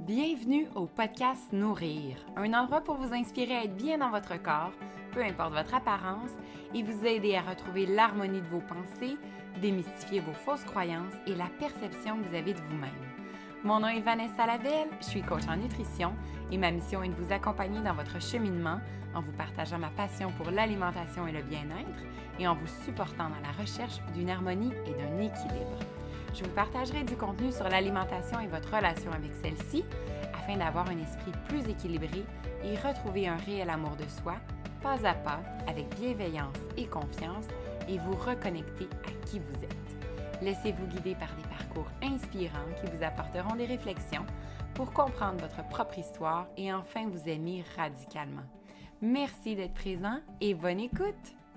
Bienvenue au podcast Nourrir, un endroit pour vous inspirer à être bien dans votre corps, peu importe votre apparence, et vous aider à retrouver l'harmonie de vos pensées, démystifier vos fausses croyances et la perception que vous avez de vous-même. Mon nom est Vanessa Lavelle, je suis coach en nutrition et ma mission est de vous accompagner dans votre cheminement en vous partageant ma passion pour l'alimentation et le bien-être et en vous supportant dans la recherche d'une harmonie et d'un équilibre. Je vous partagerai du contenu sur l'alimentation et votre relation avec celle-ci afin d'avoir un esprit plus équilibré et retrouver un réel amour de soi, pas à pas, avec bienveillance et confiance et vous reconnecter à qui vous êtes. Laissez-vous guider par des parcours inspirants qui vous apporteront des réflexions pour comprendre votre propre histoire et enfin vous aimer radicalement. Merci d'être présent et bonne écoute!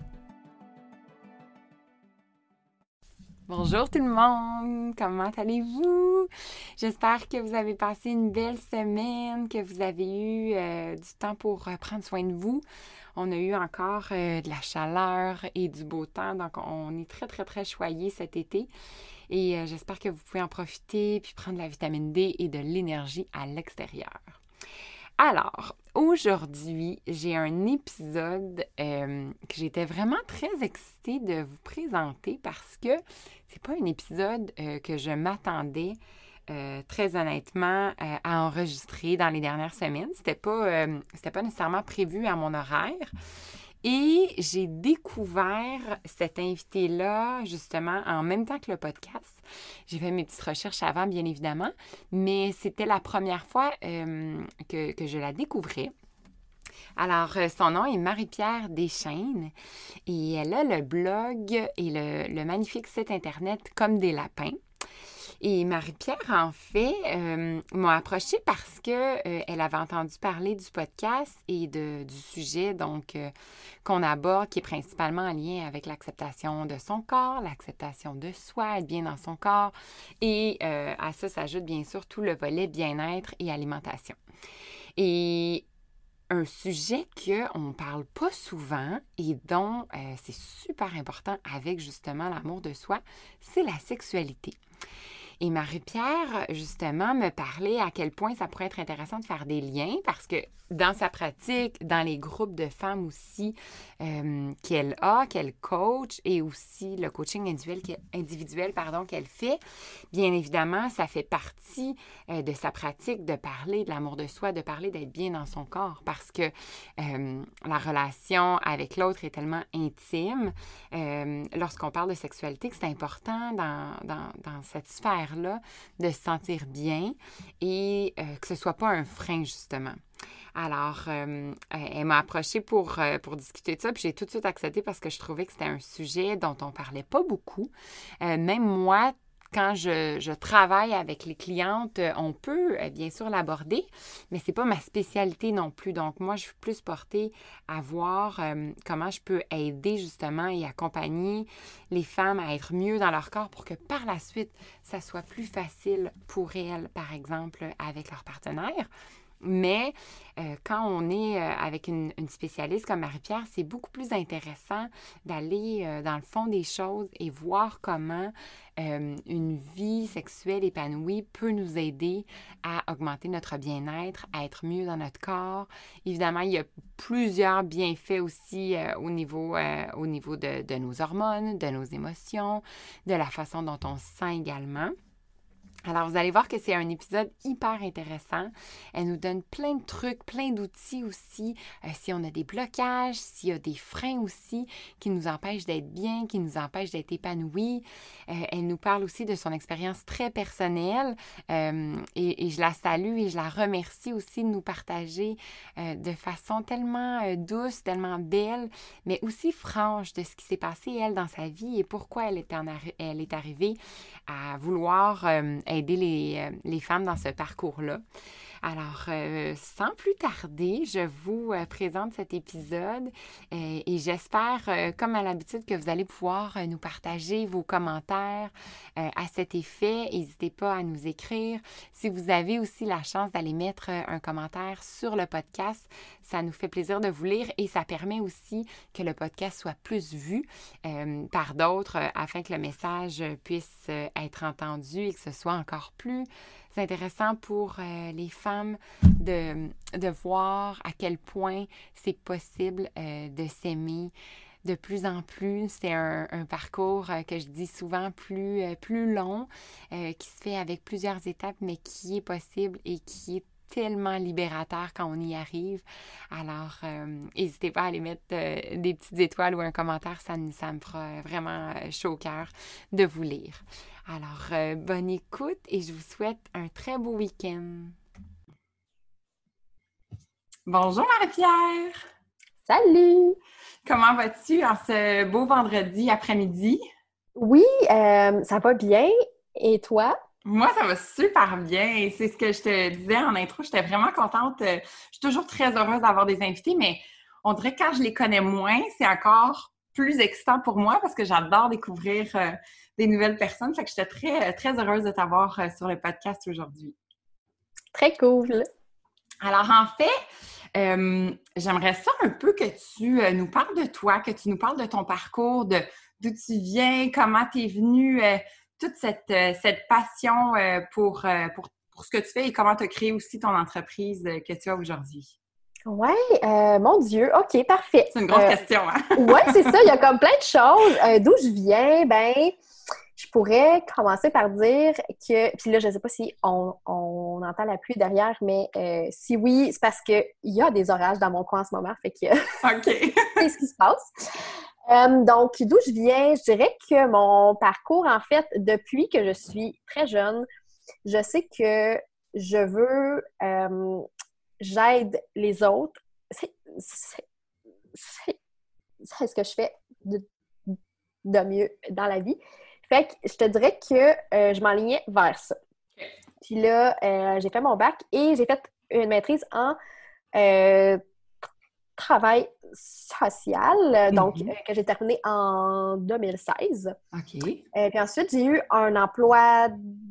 Bonjour tout le monde, comment allez-vous? J'espère que vous avez passé une belle semaine, que vous avez eu du temps pour prendre soin de vous. On a eu encore de la chaleur et du beau temps, donc on est très choyés cet été. Et j'espère que vous pouvez en profiter puis prendre de la vitamine D et de l'énergie à l'extérieur. Alors, aujourd'hui, j'ai un épisode que j'étais vraiment très excitée de vous présenter parce que c'est pas un épisode que je m'attendais très honnêtement à enregistrer dans les dernières semaines. C'était pas nécessairement prévu à mon horaire. Et j'ai découvert cet invité-là, justement, en même temps que le podcast. J'ai fait mes petites recherches avant, bien évidemment, mais c'était la première fois que je la découvrais. Alors, son nom est Marie-Pierre Deschaines et elle a le blog et le magnifique site Internet Comme des lapins. Et Marie-Pierre, en fait, m'a approchée parce qu'elle avait entendu parler du podcast et du sujet qu'on aborde, qui est principalement en lien avec l'acceptation de son corps, l'acceptation de soi, être bien dans son corps. Et à ça s'ajoute bien sûr tout le volet bien-être et alimentation. Et un sujet qu'on ne parle pas souvent et dont c'est super important avec justement l'amour de soi, c'est la sexualité. Et Marie-Pierre, justement, me parlait à quel point ça pourrait être intéressant de faire des liens parce que dans sa pratique, dans les groupes de femmes aussi qu'elle coach et aussi le coaching individuel qu'elle fait, bien évidemment, ça fait partie de sa pratique de parler de l'amour de soi, de parler d'être bien dans son corps parce que la relation avec l'autre est tellement intime lorsqu'on parle de sexualité que c'est important dans cette sphère-là de se sentir bien et que ce ne soit pas un frein, justement. Alors, elle m'a approchée pour discuter de ça, puis j'ai tout de suite accepté parce que je trouvais que c'était un sujet dont on ne parlait pas beaucoup. Même moi, quand je travaille avec les clientes, on peut bien sûr l'aborder, mais ce n'est pas ma spécialité non plus. Donc, moi, je suis plus portée à voir comment je peux aider justement et accompagner les femmes à être mieux dans leur corps pour que par la suite, ça soit plus facile pour elles, par exemple, avec leur partenaire. Mais quand on est avec une spécialiste comme Marie-Pierre, c'est beaucoup plus intéressant d'aller dans le fond des choses et voir comment une vie sexuelle épanouie peut nous aider à augmenter notre bien-être, à être mieux dans notre corps. Évidemment, il y a plusieurs bienfaits aussi au niveau de nos hormones, de nos émotions, de la façon dont on se sent également. Alors, vous allez voir que c'est un épisode hyper intéressant. Elle nous donne plein de trucs, plein d'outils aussi. Si on a des blocages, s'il y a des freins aussi qui nous empêchent d'être bien, qui nous empêchent d'être épanouis. Elle nous parle aussi de son expérience très personnelle et je la salue et je la remercie aussi de nous partager de façon tellement douce, tellement belle, mais aussi franche de ce qui s'est passé, elle, dans sa vie et pourquoi elle est arrivée à vouloir aider les femmes dans ce parcours-là. Alors, sans plus tarder, je vous présente cet épisode et j'espère, comme à l'habitude, que vous allez pouvoir nous partager vos commentaires à cet effet. N'hésitez pas à nous écrire. Si vous avez aussi la chance d'aller mettre un commentaire sur le podcast, ça nous fait plaisir de vous lire et ça permet aussi que le podcast soit plus vu par d'autres afin que le message puisse être entendu et que ce soit encore plus intéressant pour les femmes de voir à quel point c'est possible de s'aimer de plus en plus. C'est un parcours que je dis souvent plus long, qui se fait avec plusieurs étapes, mais qui est possible et qui est tellement libérateur quand on y arrive. Alors, n'hésitez pas à aller mettre des petites étoiles ou un commentaire, ça me fera vraiment chaud au cœur de vous lire. Alors, bonne écoute et je vous souhaite un très beau week-end. Bonjour Marie-Pierre! Salut! Comment vas-tu en ce beau vendredi après-midi? Oui, ça va bien. Et toi? Moi, ça va super bien et c'est ce que je te disais en intro. J'étais vraiment contente. Je suis toujours très heureuse d'avoir des invités, mais on dirait que quand je les connais moins, c'est encore plus excitant pour moi parce que j'adore découvrir des nouvelles personnes. Fait que j'étais très heureuse de t'avoir sur le podcast aujourd'hui. Très cool! Alors, en fait, j'aimerais ça un peu que tu nous parles de toi, que tu nous parles de ton parcours, d'où tu viens, comment tu es venue, toute cette passion pour ce que tu fais et comment tu as créé aussi ton entreprise que tu as aujourd'hui. Ouais, mon Dieu, OK, parfait. C'est une grosse question, hein? Ouais, c'est ça, il y a comme plein de choses. D'où je viens, ben, je pourrais commencer par dire que, puis là, je ne sais pas si on entend la pluie derrière, mais si oui, c'est parce qu'il y a des orages dans mon coin en ce moment, fait que OK. c'est ce qui se passe. Donc, d'où je viens, je dirais que mon parcours, en fait, depuis que je suis très jeune, je sais que je veux, j'aide les autres. C'est ce que je fais de mieux dans la vie. Fait que je te dirais que je m'enlignais vers ça. Puis là, j'ai fait mon bac et j'ai fait une maîtrise en travail social, donc que j'ai terminé en 2016. OK. Puis ensuite, j'ai eu un emploi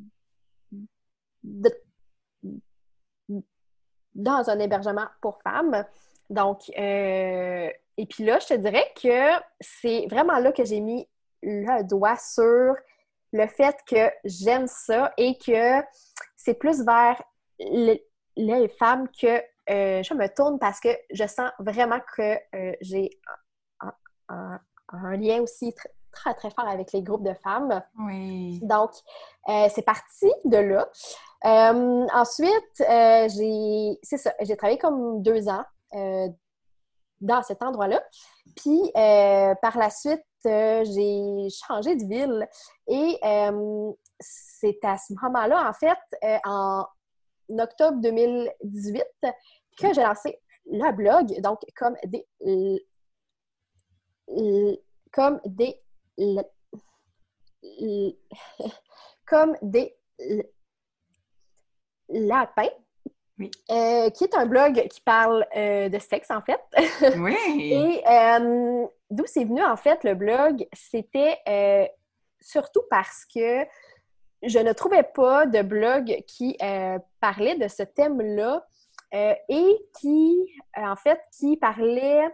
dans un hébergement pour femmes. Donc, et puis là, je te dirais que c'est vraiment là que j'ai mis le doigt sur le fait que j'aime ça et que c'est plus vers les femmes que je me tourne parce que je sens vraiment que j'ai un lien aussi très fort avec les groupes de femmes. Oui. Donc, c'est parti de là. Ensuite, j'ai travaillé comme 2 ans dans cet endroit-là. Puis, par la suite, j'ai changé de ville et c'est à ce moment-là, en fait, en octobre 2018, que j'ai lancé le blog, donc comme des lapins. Oui. Qui est un blog qui parle de sexe, en fait. Oui! Et d'où c'est venu, en fait, le blog, c'était surtout parce que je ne trouvais pas de blog qui parlait de ce thème-là et en fait, qui parlait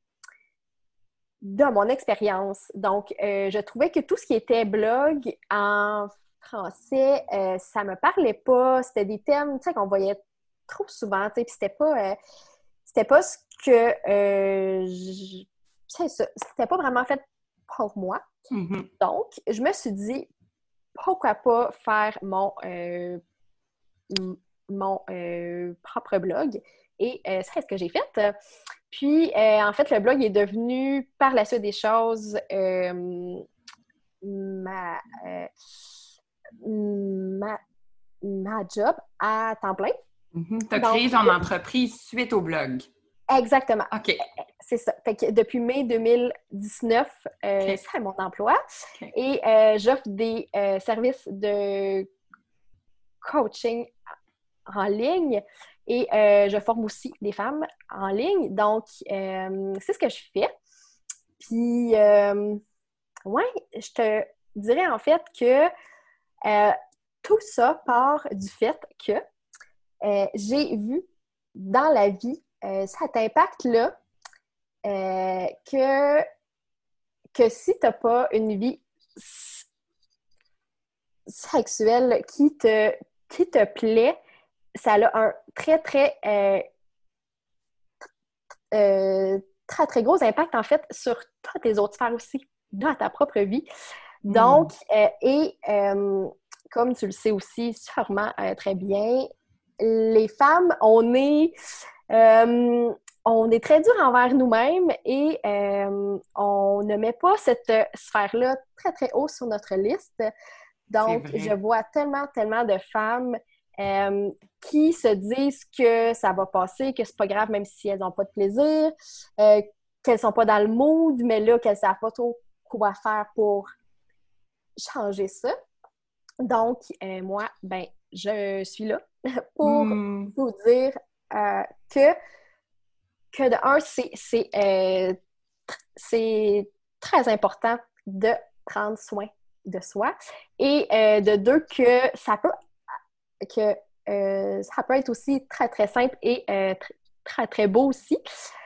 de mon expérience. Donc, je trouvais que tout ce qui était blog en français, ça me parlait pas. C'était des thèmes, tu sais, qu'on voyait trop souvent, tu sais, puis c'était pas ce que c'est ça, c'était pas vraiment fait pour moi. Mm-hmm. Donc, je me suis dit, pourquoi pas faire mon propre blog? Et c'est ce que j'ai fait. Puis, en fait, le blog est devenu, par la suite des choses, ma job à temps plein. Mm-hmm. Tu as créé ton entreprise suite au blog. Exactement. OK. C'est ça. Fait que depuis mai 2019, Okay. c'est mon emploi. Okay. Et j'offre des services de coaching en ligne et je forme aussi des femmes en ligne. Donc, c'est ce que je fais. Puis, ouais, je te dirais en fait que tout ça part du fait que j'ai vu dans la vie cet impact-là que si tu n'as pas une vie sexuel qui te plaît, ça a un très, très, très, très gros impact, en fait, sur toutes les autres sphères aussi, dans ta propre vie. Donc, comme tu le sais aussi sûrement très bien, les femmes, on est très dur envers nous-mêmes et on ne met pas cette sphère-là très, très haut sur notre liste. Donc, je vois tellement, tellement de femmes qui se disent que ça va passer, que c'est pas grave même si elles n'ont pas de plaisir, qu'elles sont pas dans le mood, mais là, qu'elles savent pas trop quoi faire pour changer ça. Donc, moi, ben, je suis là pour vous dire que de un, c'est très important de prendre soin de soi et de deux, que ça peut être aussi très, très simple et très, très beau aussi.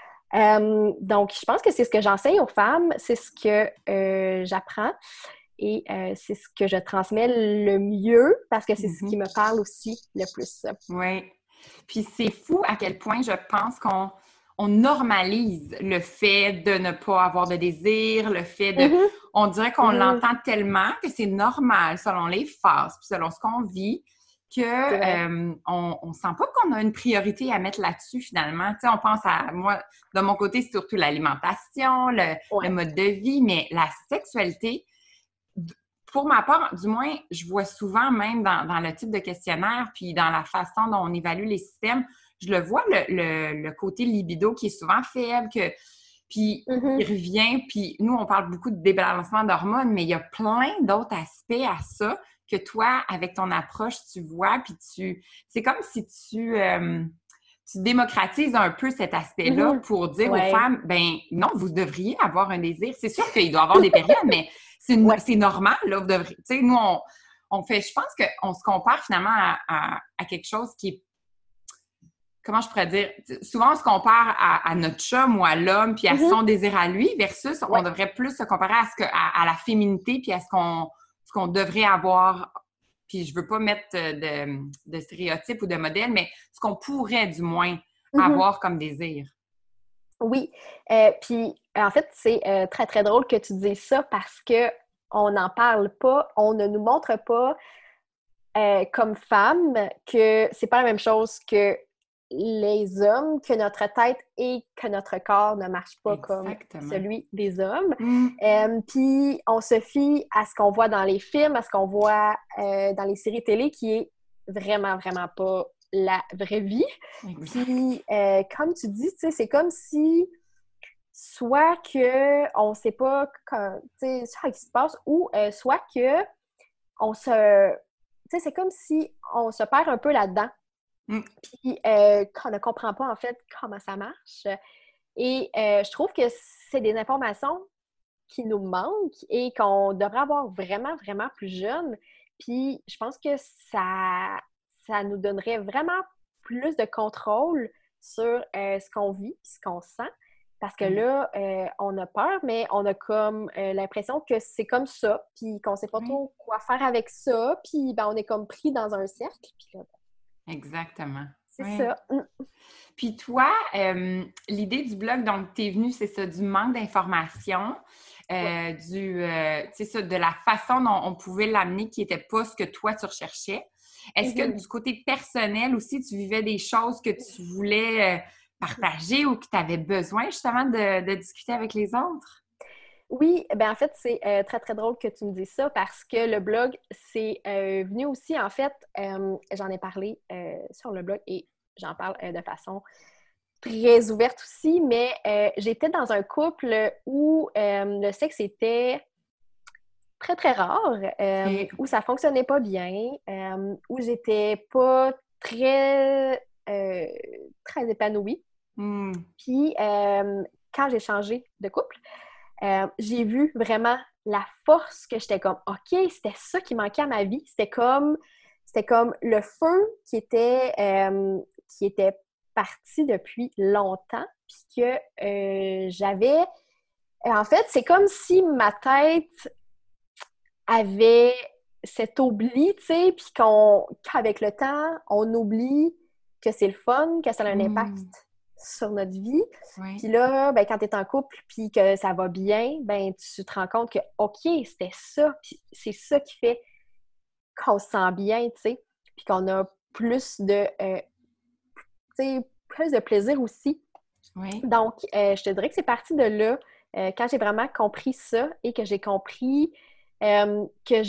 Donc, je pense que c'est ce que j'enseigne aux femmes, c'est ce que j'apprends et c'est ce que je transmets le mieux parce que c'est ce qui me parle aussi le plus. Oui. Puis c'est fou à quel point je pense qu'on normalise le fait de ne pas avoir de désir, le fait de... On dirait qu'on l'entend tellement que c'est normal selon les phases, puis selon ce qu'on vit, que on sent pas qu'on a une priorité à mettre là-dessus finalement. Tu sais, on pense à... Moi, de mon côté, c'est surtout l'alimentation, le mode de vie, mais la sexualité... Pour ma part, du moins, je vois souvent même dans le type de questionnaire puis dans la façon dont on évalue les systèmes, je le vois, le côté libido qui est souvent faible, puis il revient, puis nous, on parle beaucoup de débalancement d'hormones, mais il y a plein d'autres aspects à ça que toi, avec ton approche, tu vois, puis c'est comme si tu démocratises un peu cet aspect-là pour dire aux femmes, ben non, vous devriez avoir un désir. C'est sûr qu'il doit y avoir des périodes, mais c'est normal, là, vous devriez. Tu sais, nous, on fait, je pense qu'on se compare finalement à quelque chose qui est, comment je pourrais dire, souvent on se compare à notre chum ou à l'homme, puis à son désir à lui, versus on devrait plus se comparer à la féminité, puis à ce qu'on devrait avoir. Puis je veux pas mettre de stéréotypes ou de modèles, mais ce qu'on pourrait du moins avoir comme désir. Oui. Puis en fait, c'est très, très drôle que tu dises ça parce que on n'en parle pas, on ne nous montre pas comme femmes que c'est pas la même chose que les hommes, que notre tête et que notre corps ne marchent pas comme celui des hommes. Puis on se fie à ce qu'on voit dans les films, à ce qu'on voit dans les séries télé qui est vraiment, vraiment pas la vraie vie. Puis comme tu dis, tu sais, c'est comme si soit qu'on ne sait pas ce qui se passe ou soit que on se... Tu sais, c'est comme si on se perd un peu là-dedans. Puis qu'on ne comprend pas, en fait, comment ça marche. Et je trouve que c'est des informations qui nous manquent et qu'on devrait avoir vraiment, vraiment plus jeune. Puis je pense que ça nous donnerait vraiment plus de contrôle sur ce qu'on vit et ce qu'on sent. Parce que là, on a peur, mais on a comme l'impression que c'est comme ça, puis qu'on sait pas trop quoi faire avec ça, puis ben, on est comme pris dans un cercle. Puis là, exactement. C'est ça. Puis toi, l'idée du blog, donc, t'es venue, c'est ça, du manque d'informations, c'est ça, de la façon dont on pouvait l'amener qui n'était pas ce que toi, tu recherchais. Est-ce que du côté personnel aussi, tu vivais des choses que tu voulais partager ou que tu avais besoin justement de discuter avec les autres? Oui, ben en fait, c'est très, très drôle que tu me dises ça parce que le blog, c'est venu aussi, en fait, j'en ai parlé sur le blog et j'en parle de façon très ouverte aussi, mais j'étais dans un couple où le sexe était très, très rare, où ça fonctionnait pas bien, où j'étais pas très, très épanouie. Puis, quand j'ai changé de couple, j'ai vu vraiment la force que j'étais comme, OK, c'était ça qui manquait à ma vie. C'était comme le feu qui était parti depuis longtemps, puis que j'avais... En fait, c'est comme si ma tête avait cet oubli, tu sais, puis qu'avec le temps, on oublie que c'est le fun, que ça a un impact sur notre vie. Oui. Puis là, ben, quand tu es en couple puis que ça va bien, ben tu te rends compte que, OK, c'était ça. Puis c'est ça qui fait qu'on se sent bien, tu sais. Puis qu'on a tu sais, plus de plaisir aussi. Oui. Donc, je te dirais que c'est parti de là, quand j'ai vraiment compris ça et que j'ai compris que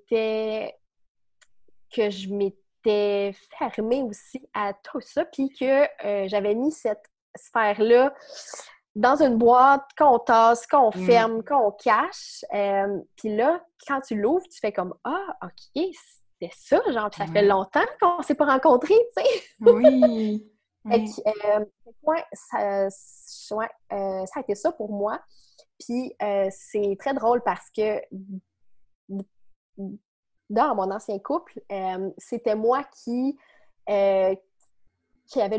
je m'étais fermée aussi à tout ça, puis que j'avais mis cette sphère-là dans une boîte qu'on tasse, qu'on ferme, qu'on cache. Puis là, quand tu l'ouvres, tu fais comme « Ah, OK, c'était ça, genre, puis ça fait longtemps qu'on s'est pas rencontrés, tu sais! » Oui! Fait Oui. que, ouais, ça a été ça pour moi. Puis c'est très drôle parce que dans mon ancien couple, c'était moi qui avait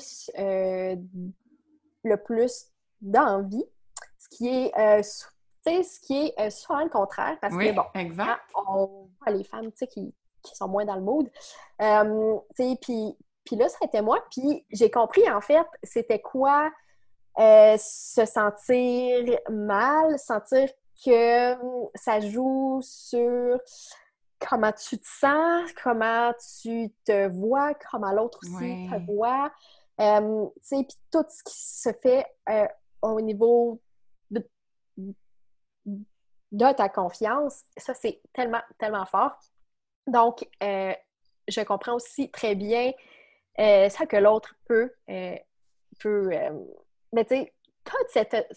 le plus d'envie, ce qui est, souvent le contraire, parce que, Oui, bon, quand exact. on voit les femmes, tu sais, qui sont moins dans le mood, tu sais, puis là, ça a été moi, puis j'ai compris, en fait, c'était quoi se sentir mal, sentir que ça joue sur comment tu te sens, comment tu te vois, comment l'autre aussi te Oui. voit. Tu sais, puis tout ce qui se fait au niveau de, de ta confiance, ça, c'est tellement, tellement fort. Donc, je comprends aussi très bien ça que l'autre peut mais tu sais, toute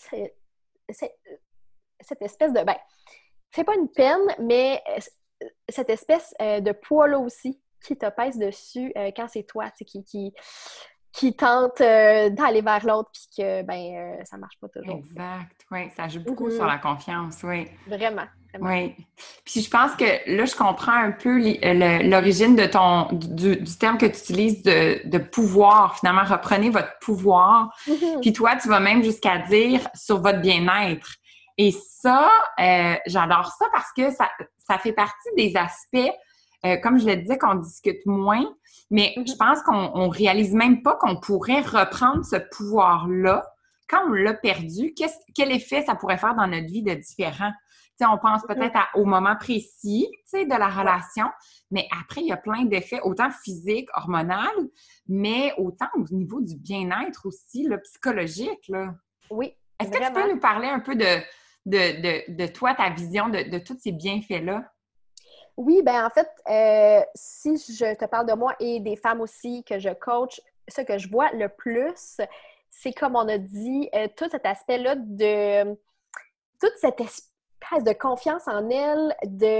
cette espèce de, ben, c'est pas une peine, mais cette espèce de poids-là aussi qui te pèse dessus quand c'est toi, tu sais, qui tente d'aller vers l'autre puis que, ben, ça marche pas toujours. Exact. Oui, ça joue beaucoup sur Mhm. la confiance, oui. Vraiment, vraiment. Oui. Puis je pense que là, je comprends un peu l'origine de du terme que tu utilises de pouvoir. Finalement, reprenez votre pouvoir. Mhm. Puis toi, tu vas même jusqu'à dire sur votre bien-être. Et ça, j'adore ça parce que ça fait partie des aspects, comme je le disais, qu'on discute moins, mais je Mhm. pense qu'on réalise même pas qu'on pourrait reprendre ce pouvoir-là quand on l'a perdu. Quel effet ça pourrait faire dans notre vie de différent? Tu sais, on pense Mhm. peut-être au moment précis, tu sais, de la Ouais. relation, mais après, il y a plein d'effets, autant physiques, hormonaux, mais autant au niveau du bien-être aussi, là, psychologique, là. Oui, Est-ce que tu vraiment. peux nous parler un peu de toi, ta vision de tous ces bienfaits-là? Oui, ben en fait, si je te parle de moi et des femmes aussi que je coach, ce que je vois le plus, c'est comme on a dit, tout cet aspect-là toute cette espèce de confiance en elle,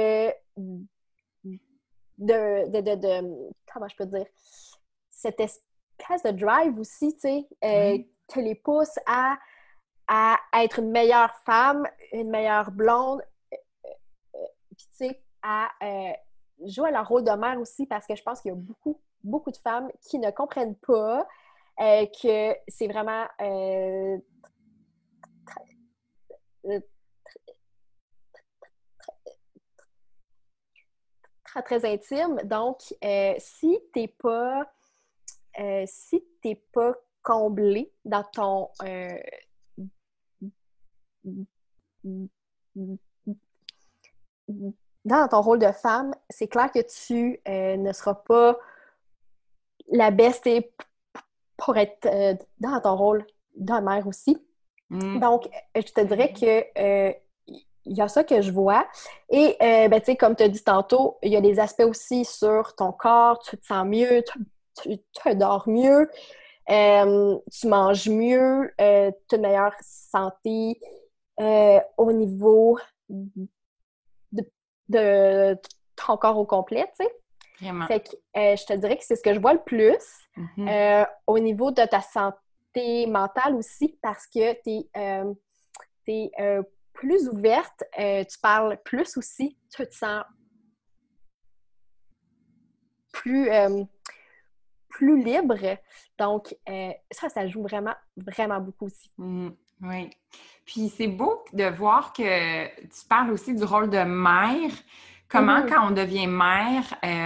comment je peux dire, cette espèce de drive aussi, tu sais, Oui. qui les pousse à être une meilleure femme, une meilleure blonde, puis tu sais, à jouer leur rôle de mère aussi, parce que je pense qu'il y a beaucoup, beaucoup de femmes qui ne comprennent pas que c'est vraiment euh, très, très intime. Donc, si t'es pas comblé dans ton rôle de femme, c'est clair que tu ne seras pas la best pour être dans ton rôle de mère aussi. Mm. Donc, je te dirais que il y a ça que je vois. Et, ben, tu sais, comme tu as dit tantôt, il y a des aspects aussi sur ton corps, tu te sens mieux, tu dors mieux, tu manges mieux, tu as une meilleure santé au niveau de, de ton corps au complet, tu sais. Vraiment. Fait que je te dirais que c'est ce que je vois le plus Mhm. au niveau de ta santé mentale aussi, parce que tu es, plus ouverte, tu parles plus aussi, tu te sens plus, plus libre. Donc, ça joue vraiment, vraiment beaucoup aussi. Mm. Oui. Puis c'est beau de voir que tu parles aussi du rôle de mère, comment, quand on devient mère,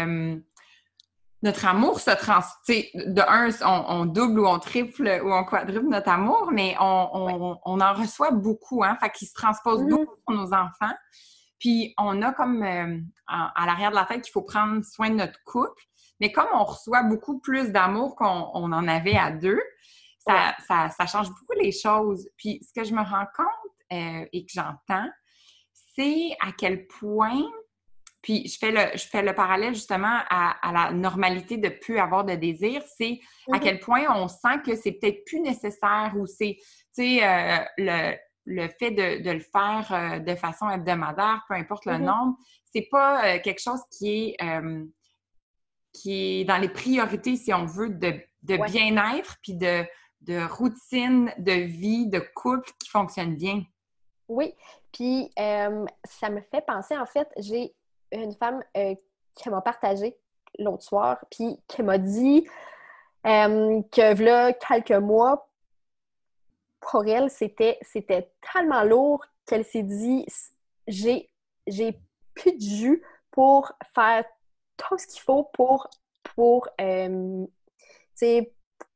notre amour se de un, on double ou on triple ou on quadruple notre amour, mais on en reçoit beaucoup, hein, fait qu'il se transpose beaucoup pour nos enfants. Puis on a comme à l'arrière de la tête qu'il faut prendre soin de notre couple, mais comme on reçoit beaucoup plus d'amour qu'on en avait à deux, ça change beaucoup les choses. Puis ce que je me rends compte et que j'entends, c'est à quel point, puis je fais le parallèle justement à la normalité de plus avoir de désir, c'est à quel point on sent que c'est peut-être plus nécessaire ou c'est, tu sais, le fait de le faire de façon hebdomadaire, peu importe le nombre, c'est pas quelque chose qui est dans les priorités, si on veut, de bien-être puis de routine, de vie, de couple qui fonctionne bien. Oui, puis ça me fait penser, en fait, j'ai une femme qui m'a partagé l'autre soir, puis qui m'a dit que là, quelques mois, pour elle, c'était tellement lourd qu'elle s'est dit j'ai plus de jus pour faire tout ce qu'il faut pour tu sais,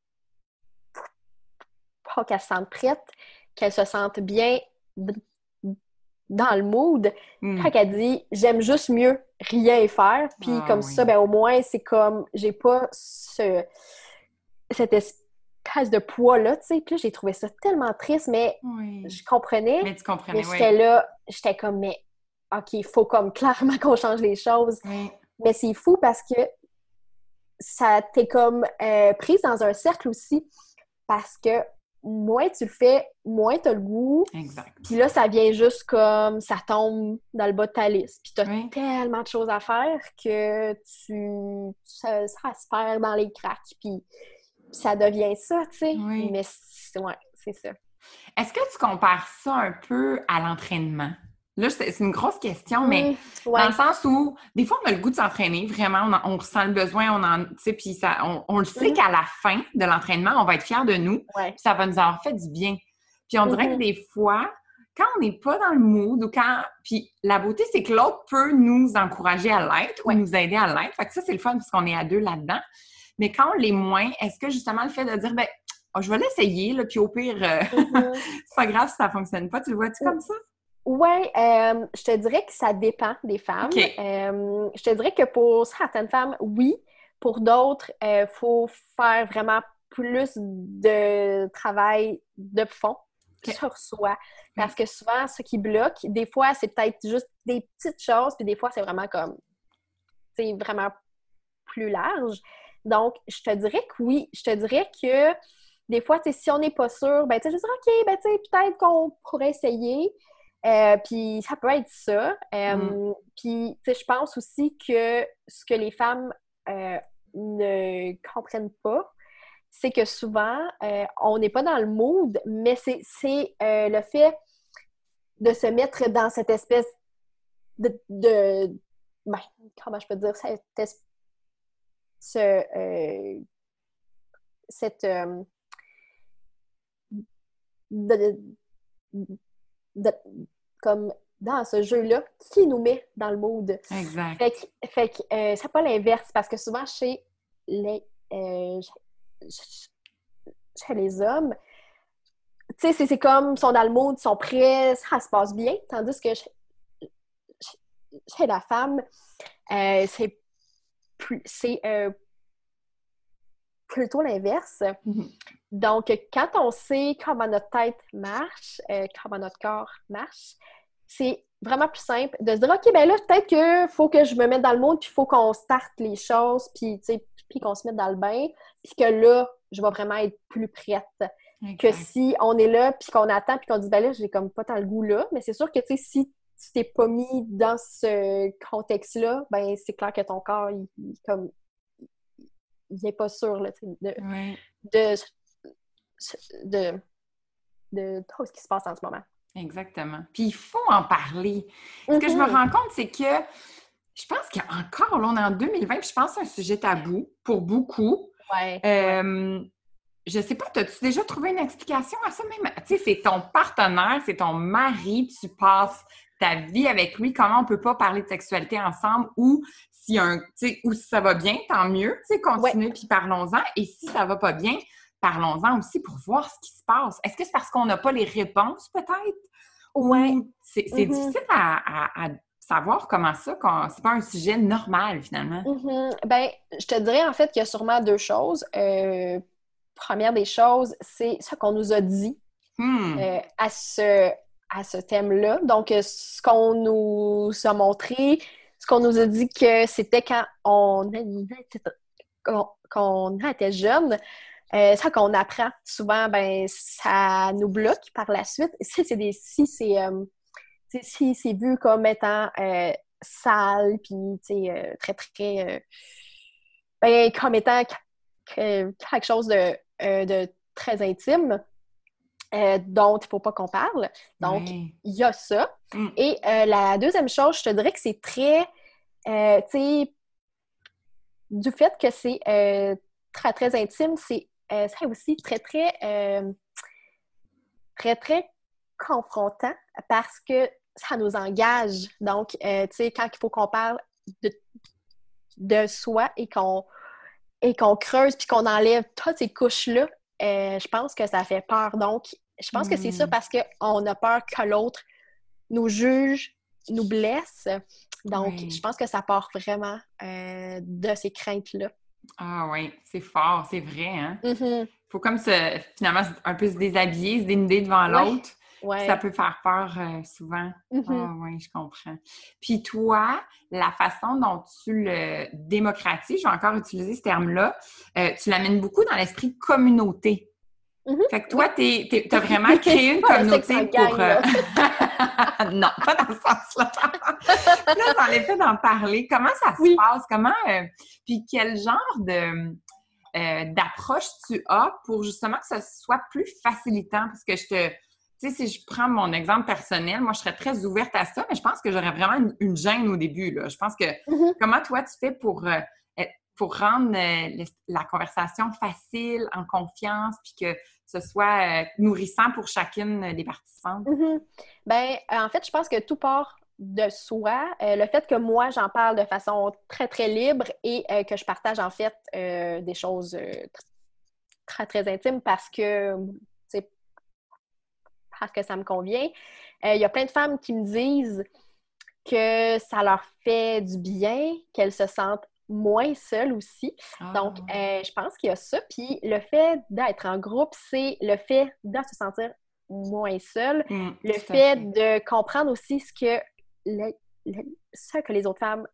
pas qu'elle se sente prête, qu'elle se sente bien dans le mood. Quand elle dit j'aime juste mieux rien faire, puis comme ça, ben au moins c'est comme j'ai pas cette espèce de poids-là, tu sais. Puis là, j'ai trouvé ça tellement triste, mais je comprenais. Mais tu comprenais, mais j'étais là, j'étais comme, mais OK, il faut comme clairement qu'on change les choses. Mais c'est fou parce que ça t'est comme prise dans un cercle aussi, parce que moins tu le fais, moins t'as le goût. Exact. Puis là, ça vient juste comme, ça tombe dans le bas de ta liste. Puis t'as tellement de choses à faire que ça se perd dans les cracks. Puis ça devient ça, tu sais. Mais c'est ça. Est-ce que tu compares ça un peu à l'entraînement? Là, c'est une grosse question, mais dans le sens où, des fois, on a le goût de s'entraîner, vraiment, on ressent le besoin, tu sais, puis on le sait qu'à la fin de l'entraînement, on va être fiers de nous, puis ça va nous avoir fait du bien. Puis on dirait que des fois, quand on n'est pas dans le mood ou puis la beauté, c'est que l'autre peut nous encourager à l'être ou nous aider à l'être. Fait que ça, c'est le fun parce qu'on est à deux là-dedans. Mais quand on l'est moins, est-ce que justement le fait de dire, ben, je vais l'essayer, là, puis au pire, c'est pas grave si ça fonctionne pas, tu le vois-tu comme ça? Oui, je te dirais que ça dépend des femmes. Je te dirais que pour certaines femmes, oui. Pour d'autres, il faut faire vraiment plus de travail de fond sur soi. Parce que souvent, ce qui bloque, des fois, c'est peut-être juste des petites choses, puis des fois, c'est vraiment comme, c'est vraiment plus large. Donc, je te dirais que oui. Je te dirais que des fois, si on n'est pas sûr, ben, tu sais, je dirais, OK, ben, tu sais, peut-être qu'on pourrait essayer. Puis ça peut être ça. Puis, tu sais, je pense aussi que ce que les femmes ne comprennent pas, c'est que souvent, on n'est pas dans le mood, mais c'est le fait de se mettre dans cette espèce de ben, comment je peux dire, comme dans ce jeu-là qui nous met dans le mood. Exact. Fait que c'est pas l'inverse, parce que souvent chez les hommes, tu sais, c'est comme, ils sont dans le mood, ils sont prêts, ça se passe bien, tandis que chez la femme, c'est plutôt l'inverse. Donc, quand on sait comment notre tête marche, comment notre corps marche, c'est vraiment plus simple de se dire, OK, ben là, peut-être qu'il faut que je me mette dans le mood, puis il faut qu'on starte les choses, puis qu'on se mette dans le bain, puis que là, je vais vraiment être plus prête. Que si on est là, puis qu'on attend, puis qu'on dit, ben là, j'ai comme pas tant le goût là, mais c'est sûr que, tu sais, si tu t'es pas mis dans ce contexte-là, ben c'est clair que ton corps, il n'est pas sûr là, de tout ce qui se passe en ce moment. Exactement. Puis il faut en parler. Ce que je me rends compte, c'est que je pense qu'encore, là, on est en 2020, puis je pense que c'est un sujet tabou pour beaucoup. Je sais pas, as-tu déjà trouvé une explication à ça même? Tu sais, c'est ton partenaire, c'est ton mari, tu passes ta vie avec lui, comment on peut pas parler de sexualité ensemble ou si ou si ça va bien, tant mieux, continue puis parlons-en. Et si ça va pas bien, parlons-en aussi pour voir ce qui se passe. Est-ce que c'est parce qu'on n'a pas les réponses, peut-être? Ouais. Ou c'est difficile à savoir comment ça, quand c'est pas un sujet normal, finalement? Ben, je te dirais, en fait, qu'il y a sûrement deux choses. Première des choses, c'est ce qu'on nous a dit à ce thème-là. Donc, ce qu'on nous a montré, ce qu'on nous a dit que c'était quand qu'on était jeune, ça qu'on apprend souvent, ben ça nous bloque par la suite. Si c'est vu comme étant sale, puis très, très... ben, comme étant quelque chose de très intime, dont il ne faut pas qu'on parle. Donc, il y a ça. Et la deuxième chose, je te dirais que c'est très... du fait que c'est très, très intime, c'est aussi très, très, très, très confrontant parce que ça nous engage. Donc, quand il faut qu'on parle de soi et qu'on creuse puis qu'on enlève toutes ces couches-là, je pense que ça fait peur. Donc, je pense que c'est ça parce qu'on a peur que l'autre nous juge, nous blesse. Donc, je pense que ça part vraiment de ces craintes-là. Ah oui, c'est fort, c'est vrai, hein? Faut comme finalement, un peu se déshabiller, se dénuder devant l'autre. Ça peut faire peur souvent. Ah oui, je comprends. Puis toi, la façon dont tu le démocratises, je vais encore utiliser ce terme-là, tu l'amènes beaucoup dans l'esprit communauté. Fait que toi, t'as vraiment créé une communauté pour... non, pas dans ce sens-là. Là, dans l'effet d'en parler, comment ça se passe? Comment... puis quel genre d'approche tu as pour justement que ça soit plus facilitant? Parce que tu sais, si je prends mon exemple personnel, moi, je serais très ouverte à ça, mais je pense que j'aurais vraiment une gêne au début, là. Je pense que... Comment toi, tu fais pour rendre la conversation facile, en confiance, puis que ce soit nourrissant pour chacune des participantes? Ben, en fait, je pense que tout part de soi. Le fait que moi, j'en parle de façon très, très libre et que je partage, en fait, des choses très, très intimes parce que ça me convient. Il y a plein de femmes qui me disent que ça leur fait du bien, qu'elles se sentent moins seules aussi. Donc, je pense qu'il y a ça. Puis le fait d'être en groupe, c'est le fait de se sentir moins seule. Le fait de comprendre aussi ce que les autres femmes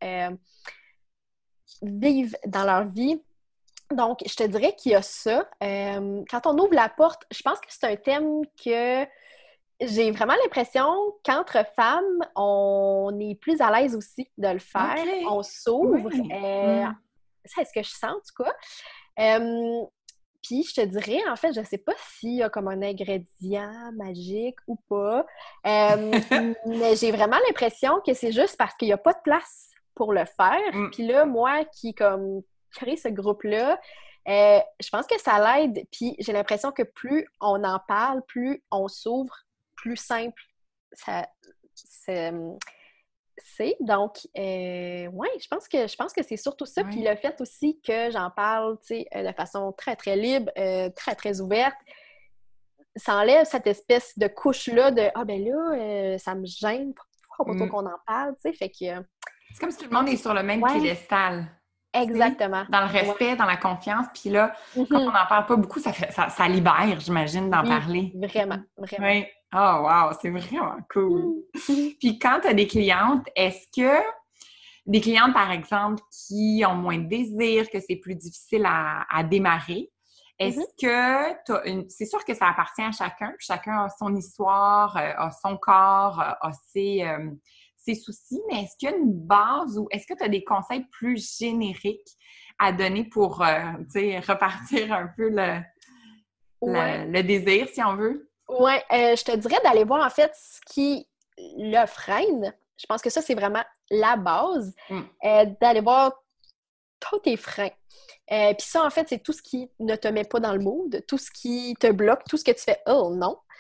vivent dans leur vie. Donc, je te dirais qu'il y a ça. Quand on ouvre la porte, je pense que c'est un thème que j'ai vraiment l'impression qu'entre femmes, on est plus à l'aise aussi de le faire. On s'ouvre. C'est ce que je sens, en tout cas. Puis, je te dirais, en fait, je ne sais pas s'il y a comme un ingrédient magique ou pas, mais j'ai vraiment l'impression que c'est juste parce qu'il n'y a pas de place pour le faire. Puis là, moi qui comme crée ce groupe-là, je pense que ça l'aide. Puis j'ai l'impression que plus on en parle, plus on s'ouvre, plus simple c'est. Donc, je pense que c'est surtout ça. Puis le fait aussi que j'en parle, de façon très, très libre, très, très ouverte, ça enlève cette espèce de couche-là de « Ah, ben là, ça me gêne, pourquoi pas qu'on en parle? » Tu sais, fait que... c'est comme si tout le monde est sur le même piédestal. Exactement. Dans le respect, dans la confiance. Puis là, quand on n'en parle pas beaucoup, ça libère, j'imagine, d'en parler. Vraiment, vraiment. Oui. Oh, wow! C'est vraiment cool. Puis quand tu as des clientes, est-ce que des clientes, par exemple, qui ont moins de désir, que c'est plus difficile à démarrer, est-ce que c'est sûr que ça appartient à chacun, puis chacun a son histoire, a son corps, a ses soucis, mais est-ce qu'il y a une base ou est-ce que tu as des conseils plus génériques à donner pour, repartir un peu le désir, si on veut? Oui, je te dirais d'aller voir, en fait, ce qui le freine. Je pense que ça, c'est vraiment la base. D'aller voir tous tes freins. Puis ça, en fait, c'est tout ce qui ne te met pas dans le mood, tout ce qui te bloque, tout ce que tu fais « Oh, non! »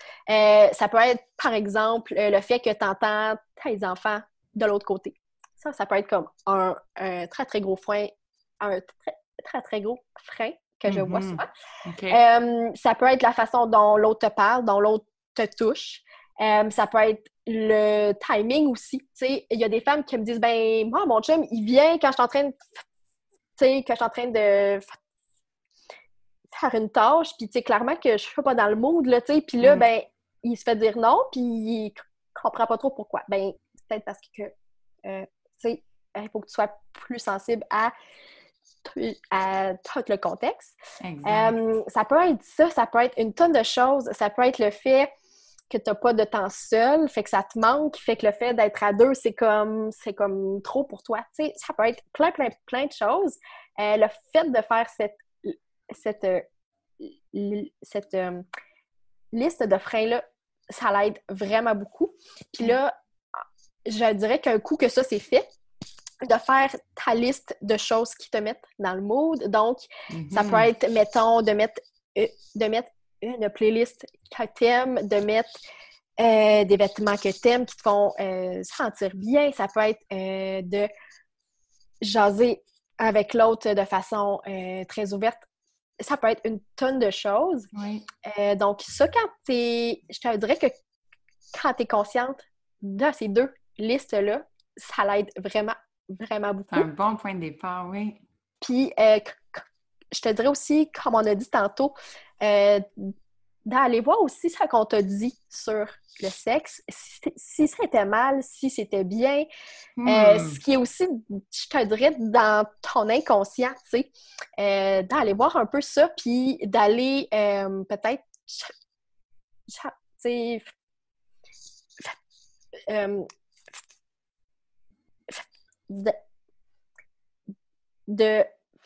Ça peut être, par exemple, le fait que tu entends tes enfants de l'autre côté. Ça peut être comme un très, très gros frein, un très, très, très gros frein que je vois souvent. OK. Ça peut être la façon dont l'autre te parle, dont l'autre te touche. Ça peut être le timing aussi. Tu sais, il y a des femmes qui me disent, ben moi, mon chum, il vient quand je suis en train de, tu sais, quand je suis en train de faire une tâche, puis tu sais, clairement que je suis pas dans le mood, là, tu sais, puis là, ben, il se fait dire non, puis il comprend pas trop pourquoi. Ben, c'est peut-être parce que, tu sais, il faut que tu sois plus sensible à tout le contexte. Ça peut être ça peut être une tonne de choses. Ça peut être le fait que tu n'as pas de temps seul, fait que ça te manque, fait que le fait d'être à deux, c'est comme trop pour toi. Tu sais, ça peut être plein, plein, plein de choses. Le fait de faire cette liste de freins-là, ça l'aide vraiment beaucoup. Puis là, je dirais qu'un coup que ça, c'est fait, de faire ta liste de choses qui te mettent dans le mood. Donc, ça peut être, mettons, de mettre une playlist que t'aimes, de mettre des vêtements que t'aimes qui te font sentir bien. Ça peut être de jaser avec l'autre de façon très ouverte. Ça peut être une tonne de choses. Oui. Donc, ça, je te dirais que quand tu es consciente de ces deux listes-là, ça l'aide vraiment, vraiment beaucoup. C'est un bon point de départ, oui. Puis, je te dirais aussi, comme on a dit tantôt, d'aller voir aussi ce qu'on t'a dit sur le sexe, si c'était mal, si c'était bien. Ce qui est aussi, je te dirais, dans ton inconscient, tu sais, d'aller voir un peu ça, puis d'aller peut-être, tu sais, de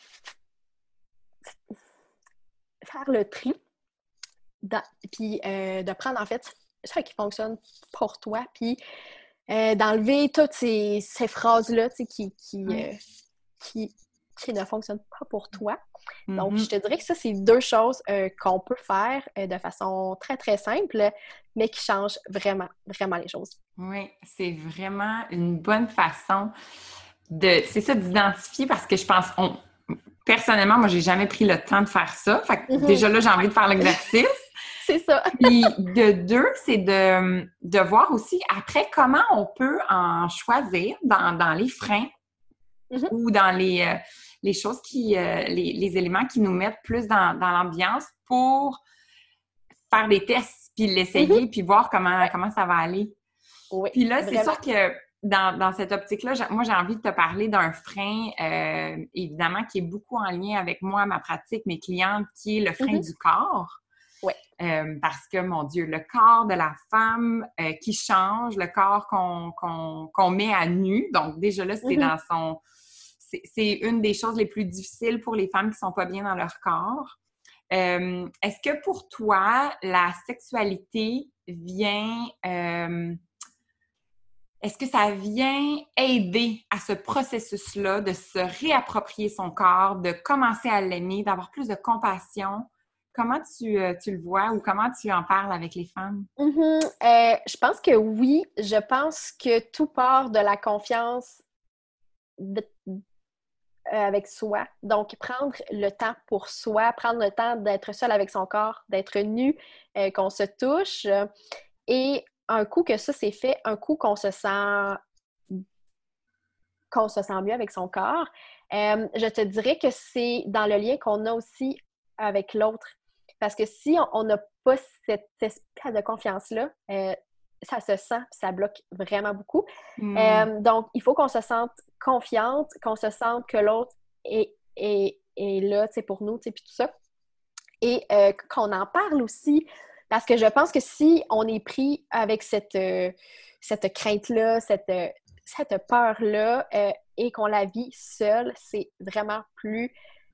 faire le tri, puis de prendre en fait ce qui fonctionne pour toi, puis d'enlever toutes ces phrases-là qui ne fonctionnent pas pour toi. Donc, je te dirais que ça, c'est deux choses qu'on peut faire de façon très, très simple, mais qui changent vraiment, vraiment les choses. Oui, c'est vraiment une bonne façon c'est ça, d'identifier parce que je pense, personnellement, moi, j'ai jamais pris le temps de faire ça. Fait que déjà là, j'ai envie de faire l'exercice. C'est ça. Puis de deux, c'est de voir aussi après comment on peut en choisir dans les freins ou dans les choses les éléments qui nous mettent plus dans l'ambiance pour faire des tests, puis l'essayer, puis voir comment ça va aller. Oui, puis là, c'est vraiment. sûr que dans cette optique-là, moi, j'ai envie de te parler d'un frein, évidemment, qui est beaucoup en lien avec moi, ma pratique, mes clientes, qui est le frein du corps. Oui. Parce que, mon Dieu, le corps de la femme qui change, le corps qu'on met à nu, donc déjà là, c'est dans son... C'est une des choses les plus difficiles pour les femmes qui sont pas bien dans leur corps. Est-ce que pour toi, la sexualité vient... est-ce que ça vient aider à ce processus-là de se réapproprier son corps, de commencer à l'aimer, d'avoir plus de compassion? Comment tu le vois ou comment tu en parles avec les femmes? Je pense que oui. Je pense que tout part de la confiance avec soi. Donc, prendre le temps pour soi, prendre le temps d'être seul avec son corps, d'être nu, qu'on se touche. Et un coup que ça c'est fait, un coup qu'on se sent mieux avec son corps, je te dirais que c'est dans le lien qu'on a aussi avec l'autre. Parce que si on n'a pas cette espèce de confiance-là, ça se sent, ça bloque vraiment beaucoup. Donc, il faut qu'on se sente confiante, qu'on se sente que l'autre est là, tu sais, pour nous, tu sais, puis tout ça. Et qu'on en parle aussi, parce que je pense que si on est pris avec cette crainte-là, cette peur-là, et qu'on la vit seule, c'est vraiment plus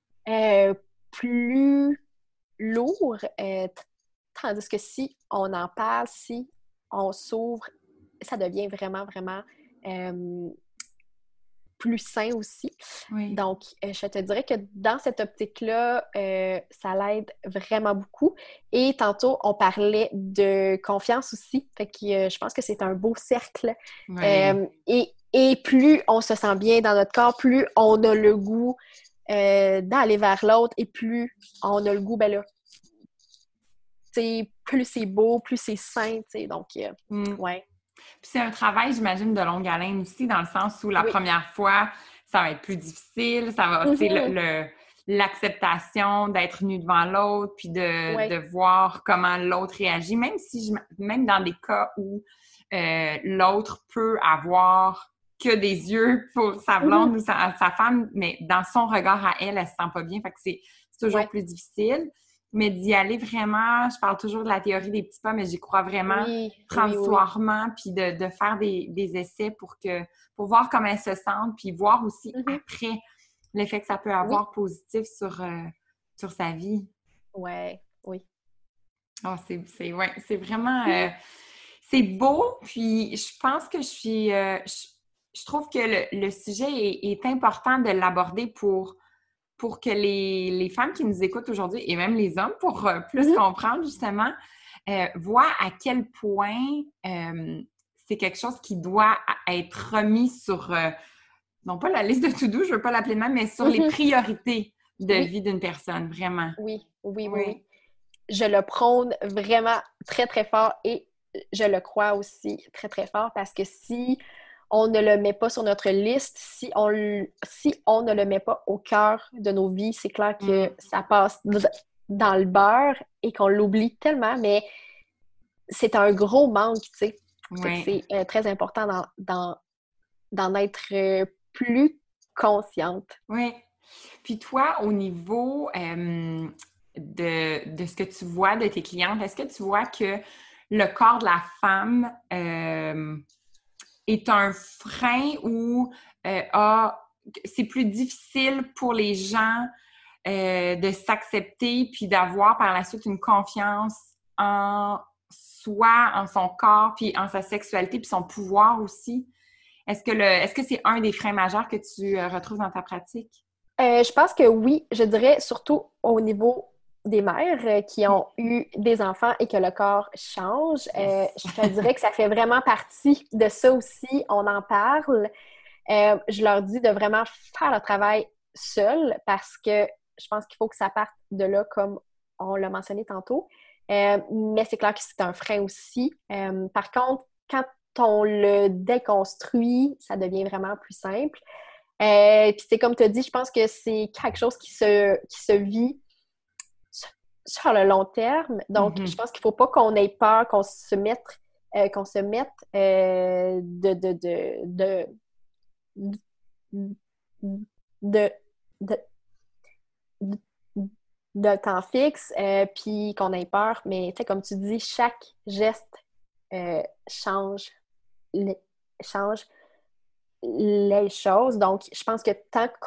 lourd. Tandis que si on en parle, si on s'ouvre, ça devient vraiment, vraiment plus sain aussi. Oui. Donc, je te dirais que dans cette optique-là, ça l'aide vraiment beaucoup. Et tantôt, on parlait de confiance aussi. Fait que je pense que c'est un beau cercle. Oui. Et plus on se sent bien dans notre corps, plus on a le goût d'aller vers l'autre et plus on a le goût, ben là, plus c'est beau, plus c'est sain, donc, ouais. Puis c'est un travail, j'imagine, de longue haleine aussi, dans le sens où la Oui. première fois, ça va être plus difficile, ça va, tu sais, l'acceptation d'être nu devant l'autre, puis Ouais. de voir comment l'autre réagit, même si, même dans des cas où l'autre peut avoir que des yeux pour sa blonde ou sa femme, mais dans son regard à elle, elle se sent pas bien, fait que c'est toujours Ouais. plus difficile. Mais d'y aller vraiment, je parle toujours de la théorie des petits pas, mais j'y crois vraiment transitoirement, puis de faire des essais pour voir comment elles se sentent, puis voir aussi après l'effet que ça peut avoir positif sur sa vie. Ouais, oui. Oh, c'est vraiment... c'est beau, puis je pense que je trouve que le sujet est important de l'aborder pour que les femmes qui nous écoutent aujourd'hui, et même les hommes, pour plus comprendre justement, voient à quel point c'est quelque chose qui doit être remis sur, non pas la liste de to-do, je veux pas l'appeler de même, mais sur les priorités de vie d'une personne, vraiment. Oui. Je le prône vraiment très, très fort et je le crois aussi très, très fort parce que si on ne le met pas sur notre liste, si on ne le met pas au cœur de nos vies, c'est clair que ça passe dans le beurre et qu'on l'oublie tellement, mais c'est un gros manque, tu sais. C'est très important d'en être plus consciente. Oui. Puis toi, au niveau de ce que tu vois de tes clientes, est-ce que tu vois que le corps de la femme est un frein ou c'est plus difficile pour les gens de s'accepter puis d'avoir par la suite une confiance en soi, en son corps, puis en sa sexualité, puis son pouvoir aussi? Est-ce que c'est un des freins majeurs que tu retrouves dans ta pratique? Je pense que oui, je dirais surtout au niveau des mères qui ont eu des enfants et que le corps change. Je te dirais que ça fait vraiment partie de ça aussi. On en parle. Je leur dis de vraiment faire le travail seul parce que je pense qu'il faut que ça parte de là, comme on l'a mentionné tantôt. Mais c'est clair que c'est un frein aussi. Par contre, quand on le déconstruit, ça devient vraiment plus simple. Puis c'est comme tu as dit, je pense que c'est quelque chose qui se vit sur le long terme. Donc, je pense qu'il ne faut pas qu'on ait peur, qu'on se mette de temps fixe, puis qu'on ait peur. Mais tu sais, comme tu dis, chaque geste change change les choses. Donc, je pense que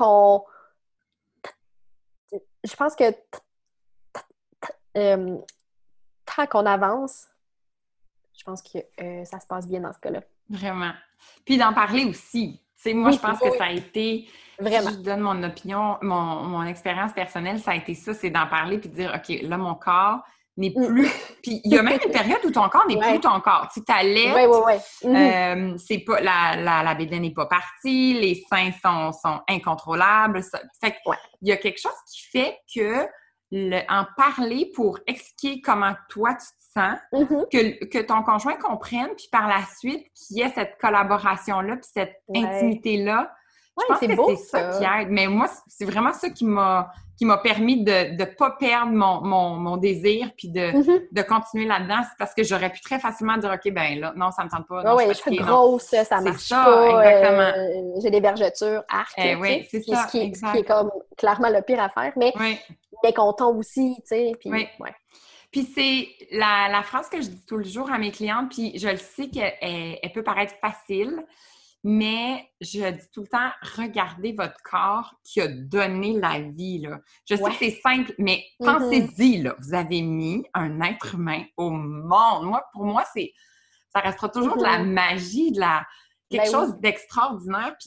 tant qu'on avance, je pense que ça se passe bien dans ce cas-là. Vraiment. Puis d'en parler aussi. Tu sais, moi, je pense que ça a été, vraiment. Si je donne mon opinion, mon expérience personnelle, ça a été ça, c'est d'en parler puis de dire, OK, là, mon corps n'est plus... Puis il y a même une période où ton corps n'est plus ton corps. Tu t'allaites, c'est pas, la bédaine n'est pas partie, les seins sont incontrôlables. Fait que il y a quelque chose qui fait que en parler pour expliquer comment toi tu te sens, que ton conjoint comprenne, puis par la suite, qu'il y ait cette collaboration-là, puis cette intimité-là. Je pense que c'est ça qui aide. Mais moi, c'est vraiment ça qui m'a permis de ne pas perdre mon désir, puis de continuer là-dedans. C'est parce que j'aurais pu très facilement dire, OK, ben là, non, ça me tente pas. Non, je suis grosse, ça marche pas. Exactement. J'ai des vergetures, arc. Oui, c'est ça. Ce qui est comme clairement le pire à faire. Mais dès qu'on tombe aussi, tu sais. Puis c'est la phrase que je dis tout le jour à mes clientes, puis je le sais qu'elle peut paraître facile, mais je dis tout le temps, regardez votre corps qui a donné la vie, là. Je sais que c'est simple, mais pensez-y, là. Vous avez mis un être humain au monde. Pour moi, ça restera toujours de la magie, quelque chose d'extraordinaire. Puis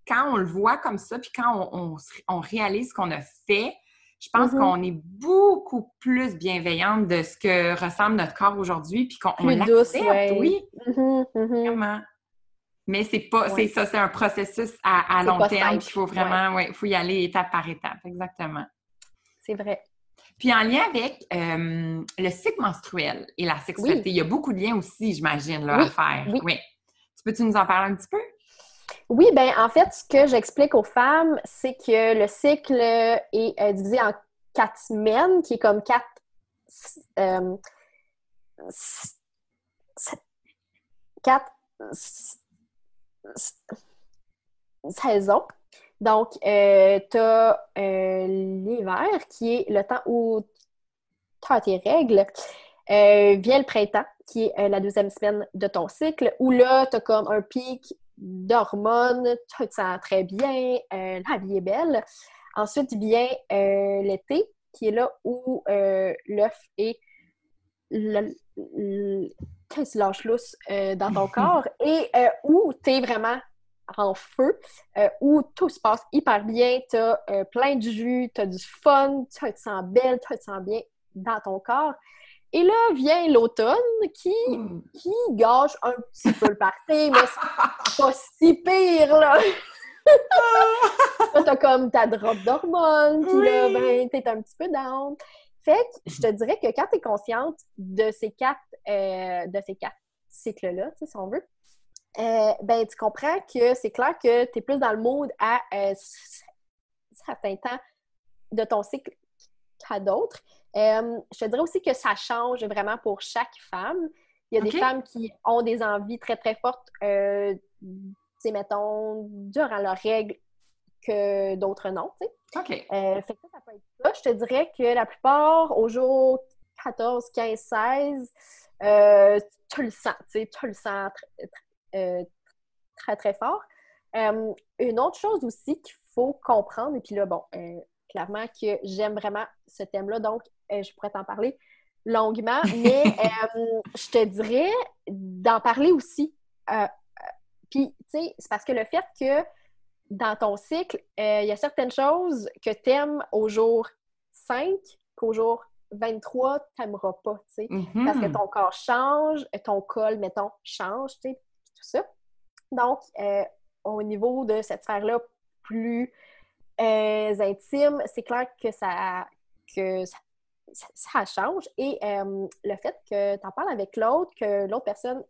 quand on le voit comme ça, puis quand on réalise ce qu'on a fait, je pense qu'on est beaucoup plus bienveillante de ce que ressemble notre corps aujourd'hui, puis qu'on Plus douce, l'accepte, ouais. oui, vraiment. Mais c'est Ouais. ça, c'est un processus à C'est long pas terme, simple. puis il faut Ouais, vraiment, il faut y aller étape par étape, exactement. c'est vrai. Puis en lien avec le cycle menstruel et la Oui, sexualité, il y a beaucoup de liens aussi, j'imagine, là, à oui, faire. oui. Oui. Peux-tu nous en parler un petit peu? Oui, ben en fait, ce que j'explique aux femmes, c'est que le cycle est divisé en 4 semaines, qui est comme euh, s- s- quatre s- saisons. Donc, tu as l'hiver, qui est le temps où tu as tes règles. Vient le printemps, qui est la 2e semaine de ton cycle, où là, tu as comme un pic d'hormones, tu te sens très bien, la vie est belle. Ensuite vient l'été, qui est là où l'œuf est qui se lâche lousse dans ton corps et où tu es vraiment en feu, où tout se passe hyper bien, tu as plein de jus, tu as du fun, tu te sens belle, tu te sens bien dans ton corps. Et là vient l'automne qui gâche un petit peu le party, mais c'est pas si pire, là! Là, t'as comme ta drop d'hormones, puis là, ben, t'es un petit peu down. Fait que je te dirais que quand t'es consciente de ces quatre cycles-là, tu sais, si on veut, ben, tu comprends que c'est clair que t'es plus dans le mood à certains temps de ton cycle qu'à d'autres. Je te dirais aussi que ça change vraiment pour chaque femme. Il y a des OK. femmes qui ont des envies très, très fortes, tu sais, mettons, durant leurs règles, que d'autres non, tu sais. OK. Fait que ça peut être ça. Je te dirais que la plupart, au jour 14, 15, 16, tu le sens, tu sais, tu le sens très, très fort. Une autre chose aussi qu'il faut comprendre, et puis là, bon, clairement que j'aime vraiment ce thème-là, donc je pourrais t'en parler longuement, mais je te dirais d'en parler aussi. Puis, tu sais, c'est parce que le fait que dans ton cycle, il y a certaines choses que tu aimes au jour 5 qu'au jour 23, tu n'aimeras pas, tu sais. Parce que ton corps change, ton col, mettons, change, tu sais, tout ça. Donc, au niveau de cette sphère-là plus intime, c'est clair que ça change. Et le fait que tu en parles avec l'autre, que l'autre personne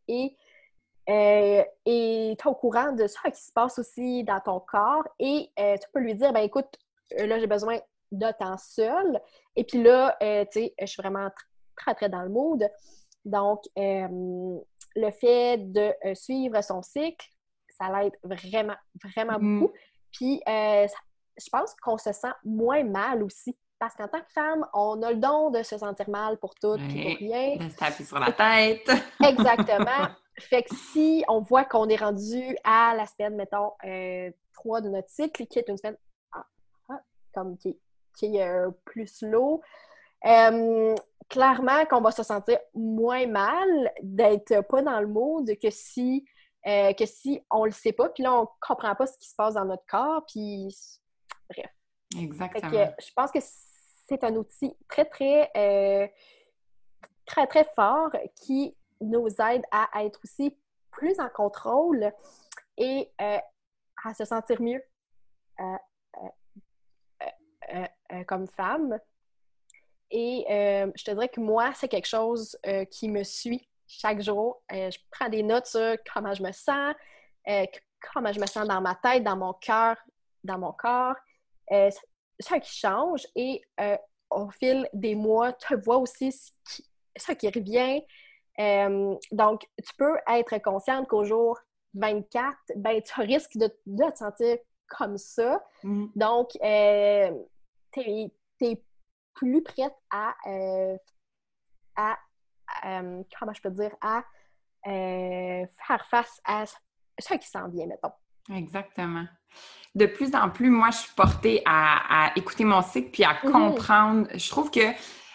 et tu es au courant de ça qui se passe aussi dans ton corps et tu peux lui dire, ben écoute, là, j'ai besoin de temps seul. Et puis là, tu sais, je suis vraiment très, très dans le mood. Donc, le fait de suivre son cycle, ça l'aide vraiment, vraiment beaucoup. Puis, je pense qu'on se sent moins mal aussi. Parce qu'en tant que femme, on a le don de se sentir mal pour tout et pour rien. De se taper sur la tête. Exactement. Fait que si on voit qu'on est rendu à la semaine, mettons, 3 de notre cycle, qui est une semaine comme qui est plus slow, clairement qu'on va se sentir moins mal d'être pas dans le mood que si on le sait pas, puis là, on comprend pas ce qui se passe dans notre corps, puis bref. Exactement. Fait que je pense que c'est un outil très, très, très, très fort qui nous aide à être aussi plus en contrôle et à se sentir mieux euh, comme femme. Et je te dirais que moi, c'est quelque chose qui me suit chaque jour. Je prends des notes sur comment je me sens, comment je me sens dans ma tête, dans mon cœur, dans mon corps. C'est ça qui change et au fil des mois, tu vois aussi ce qui revient. Donc, tu peux être consciente qu'au jour 24, ben, tu risques de te sentir comme ça. Donc, tu es plus prête à comment je peux dire, à faire face à ce qui s'en vient, mettons. Exactement. De plus en plus, moi, je suis portée à écouter mon cycle puis à comprendre. Je trouve que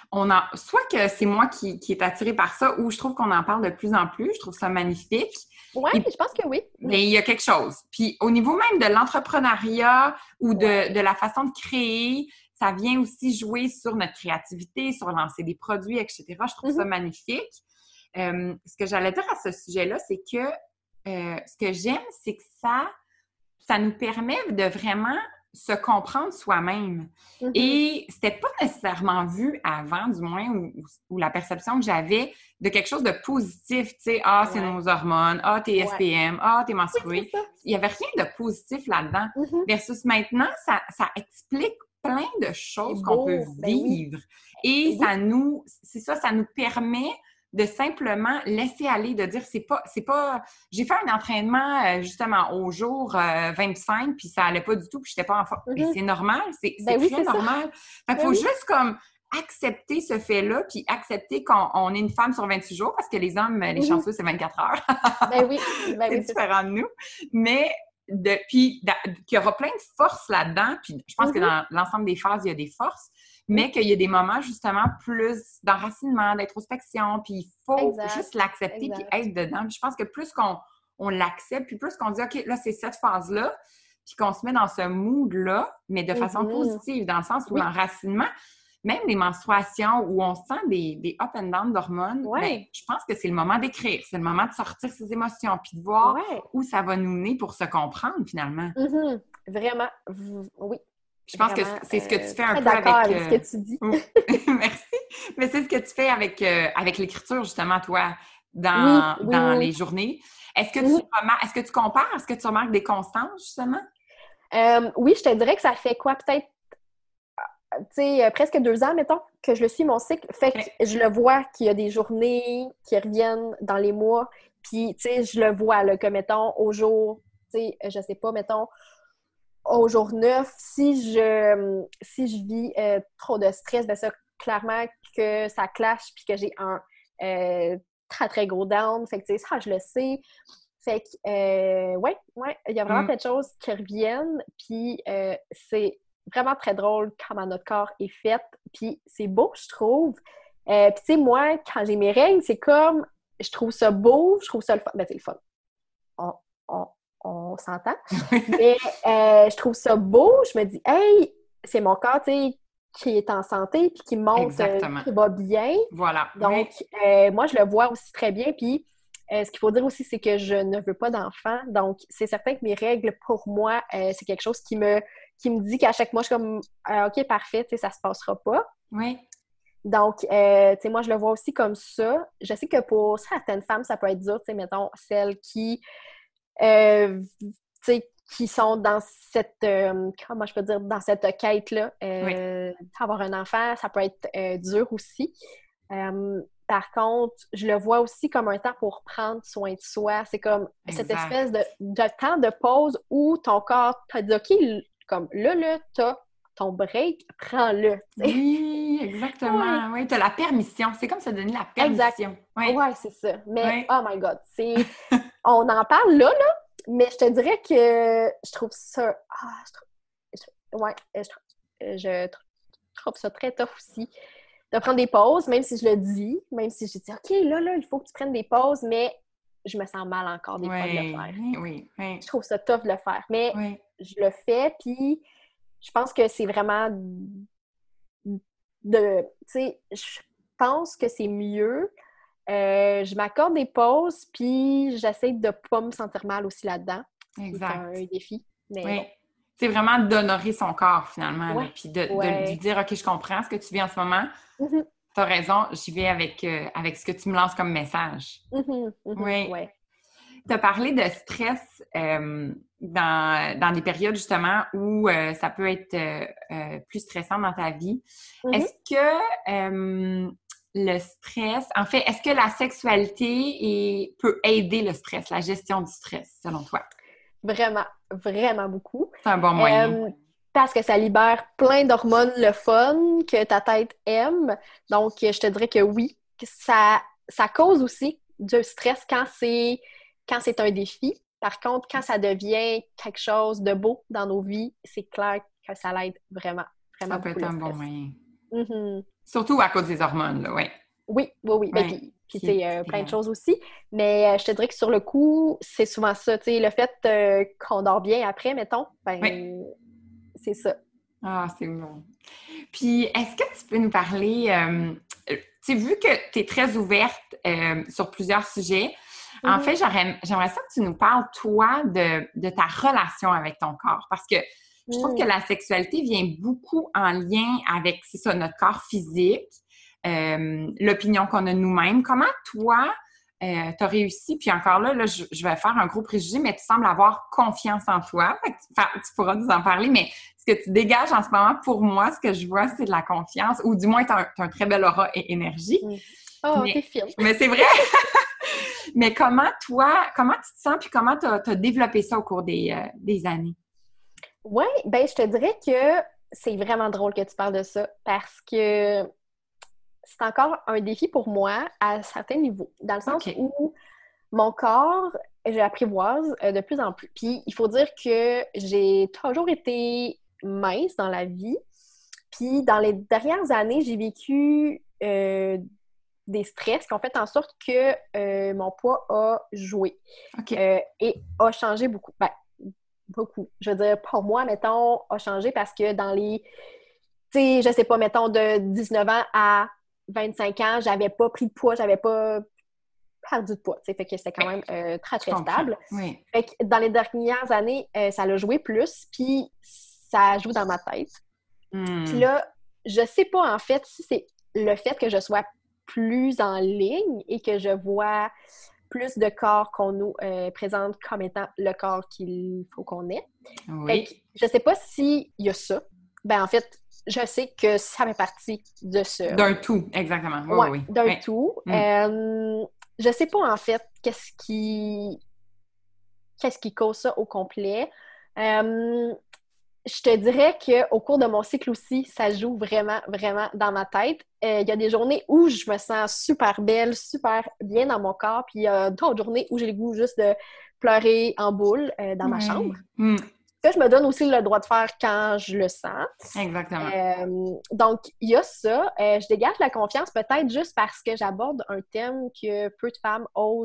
soit que c'est moi qui est attirée par ça, ou je trouve qu'on en parle de plus en plus. Je trouve ça magnifique. Oui, je pense que oui. Mais il y a quelque chose. Puis au niveau même de l'entrepreneuriat ou de la façon de créer, ça vient aussi jouer sur notre créativité, sur lancer des produits, etc. Je trouve ça magnifique. Ce que j'allais dire à ce sujet-là, c'est que ce que j'aime, c'est que ça nous permet de vraiment se comprendre soi-même. Et c'était pas nécessairement vu avant, du moins, ou la perception que j'avais de quelque chose de positif, tu sais, c'est nos hormones, t'es SPM, t'es menstruée. Il y avait rien de positif là-dedans. Versus maintenant, ça explique plein de choses qu'on peut vivre. Et ça nous permet de simplement laisser aller, de dire c'est pas j'ai fait un entraînement justement au jour 25 puis ça allait pas du tout puis j'étais pas en forme. Mais c'est normal, c'est très normal. Fait qu'il faut juste comme accepter ce fait-là puis accepter qu'on est une femme sur 28 jours parce que les hommes, les chanceux, c'est 24 heures. C'est différent de nous. Mais qu'il y aura plein de forces là-dedans puis je pense que dans l'ensemble des phases, il y a des forces. Mais qu'il y a des moments, justement, plus d'enracinement, d'introspection, puis il faut juste l'accepter puis être dedans. Puis je pense que plus qu'on l'accepte, puis plus qu'on dit « OK, là, c'est cette phase-là », puis qu'on se met dans ce mood-là, mais de façon positive, dans le sens où l'enracinement, même les menstruations, où on sent des up and down d'hormones, ben, je pense que c'est le moment d'écrire, c'est le moment de sortir ses émotions, puis de voir où ça va nous mener pour se comprendre, finalement. Vraiment, oui. Je pense que c'est ce que tu fais un peu avec ce que tu dis. Merci. Mais c'est ce que tu fais avec l'écriture, justement, toi, dans les journées. Est-ce que tu compares? Est-ce que tu remarques des constances, justement? Oui, je te dirais que ça fait quoi? Peut-être, presque 2 ans, mettons, que je le suis, mon cycle. Fait que je le vois qu'il y a des journées qui reviennent dans les mois. Puis, je le vois, là, que, mettons, au jour, je sais pas, mettons, au jour 9, si je vis trop de stress, bien ça, clairement que ça clash puis que j'ai un très, très gros down. Fait que, ça, je le sais. Fait que, il y a vraiment plein de choses qui reviennent. Puis, c'est vraiment très drôle comment notre corps est fait. Puis, c'est beau, je trouve. Puis, moi, quand j'ai mes règles, c'est comme, je trouve ça beau, je trouve ça le fun. Ben, c'est le fun. On s'entend. Mais je trouve ça beau. Je me dis, hey, c'est mon corps, qui est en santé puis qui montre qu'il va bien. Voilà. Donc, moi, je le vois aussi très bien. Puis, ce qu'il faut dire aussi, c'est que je ne veux pas d'enfant. Donc, c'est certain que mes règles, pour moi, c'est quelque chose qui me dit qu'à chaque mois, je suis comme, OK, parfait, ça se passera pas. Oui. Donc, moi, je le vois aussi comme ça. Je sais que pour certaines femmes, ça peut être dur, mettons, celles qui qui sont dans cette, comment je peux dire, dans cette quête-là. Avoir un enfant, ça peut être dur aussi. Par contre, je le vois aussi comme un temps pour prendre soin de soi. C'est comme cette espèce de temps de pause où ton corps t'a dit, OK, comme là, t'as ton break, prends-le. Oui, exactement. Oui, t'as la permission. C'est comme se donner la permission. Oui, c'est ça. Mais, oh my God, on en parle là, mais je te dirais que je trouve ça... je trouve ça très tough aussi de prendre des pauses, même si je le dis, même si je dis « OK, là, il faut que tu prennes des pauses », mais je me sens mal encore des fois de le faire. Oui. Je trouve ça tough de le faire, mais je le fais, puis je pense que c'est vraiment je pense que c'est mieux. Je m'accorde des pauses, puis j'essaie de ne pas me sentir mal aussi là-dedans. Exact. C'est un défi. Mais bon. C'est vraiment d'honorer son corps, finalement. Puis de lui dire, OK, je comprends ce que tu vis en ce moment. Tu as raison, j'y vais avec ce que tu me lances comme message. Oui. Tu as parlé de stress dans des périodes, justement, où ça peut être plus stressant dans ta vie. Est-ce que le stress... En fait, est-ce que la sexualité peut aider le stress, la gestion du stress, selon toi? Vraiment, vraiment beaucoup. C'est un bon moyen. Parce que ça libère plein d'hormones, le fun, que ta tête aime. Donc, je te dirais que oui, ça cause aussi du stress quand c'est un défi. Par contre, quand ça devient quelque chose de beau dans nos vies, c'est clair que ça l'aide vraiment, vraiment beaucoup. Ça peut être un bon moyen. Surtout à cause des hormones, là, oui. Oui, oui, oui. Ben, Oui. puis tu sais, plein de choses aussi. Mais je te dirais que sur le coup, c'est souvent ça. Tu sais, le fait qu'on dort bien après, mettons, Oui. ben, c'est ça. Ah, c'est bon. Puis, est-ce que tu peux nous parler, tu sais, vu que tu es très ouverte sur plusieurs sujets, en Mhm. fait, j'aimerais ça que tu nous parles, toi, de ta relation avec ton corps. Parce que je trouve que Mm. la sexualité vient beaucoup en lien avec, c'est ça, notre corps physique, l'opinion qu'on a de nous-mêmes. Comment, toi, tu as réussi, puis encore là, je vais faire un gros préjugé, mais tu sembles avoir confiance en toi. Fait que tu pourras nous en parler, mais ce que tu dégages en ce moment, pour moi, ce que je vois, c'est de la confiance, ou du moins, tu as un très bel aura et énergie. Mm. Oh, Mais, t'es fine. mais c'est vrai! Mais comment tu te sens, puis comment tu as développé ça au cours des années? Oui, ben je te dirais que c'est vraiment drôle que tu parles de ça parce que c'est encore un défi pour moi à certains niveaux, dans le sens OK. où mon corps, je l'apprivoise de plus en plus. Puis il faut dire que j'ai toujours été mince dans la vie. Puis dans les dernières années, j'ai vécu des stress qui ont fait en sorte que mon poids a joué OK. et a changé beaucoup. Ben, beaucoup. Je veux dire, pour moi, mettons, a changé parce que dans les, tu sais, je sais pas, mettons, de 19 ans à 25 ans, j'avais pas pris de poids, j'avais pas perdu de poids, tu sais, fait que c'était quand Oui, même très, je très comprends. stable. Oui. Fait que dans les dernières années, ça l'a joué plus, puis ça joue dans ma tête. Puis Hmm. là, je sais pas, en fait, si c'est le fait que je sois plus en ligne et que je vois plus de corps qu'on nous présente comme étant le corps qu'il faut qu'on ait. Fait que Oui. je sais pas s'il y a ça. Ben, en fait, je sais que ça fait partie de ça. D'un tout, exactement. Oui, Ouais, oui, d'un oui. tout. Oui. Je sais pas, en fait, qu'est-ce qui cause ça au complet. Euh, je te dirais qu'au cours de mon cycle aussi, ça joue vraiment, vraiment dans ma tête. Il y a des journées où je me sens super belle, super bien dans mon corps, puis il y a d'autres journées où j'ai le goût juste de pleurer en boule dans ma chambre. Oui. Hmm. Que je me donne aussi le droit de faire quand je le sens. Exactement. Donc, il y a ça. Je dégage la confiance peut-être juste parce que j'aborde un thème que peu de femmes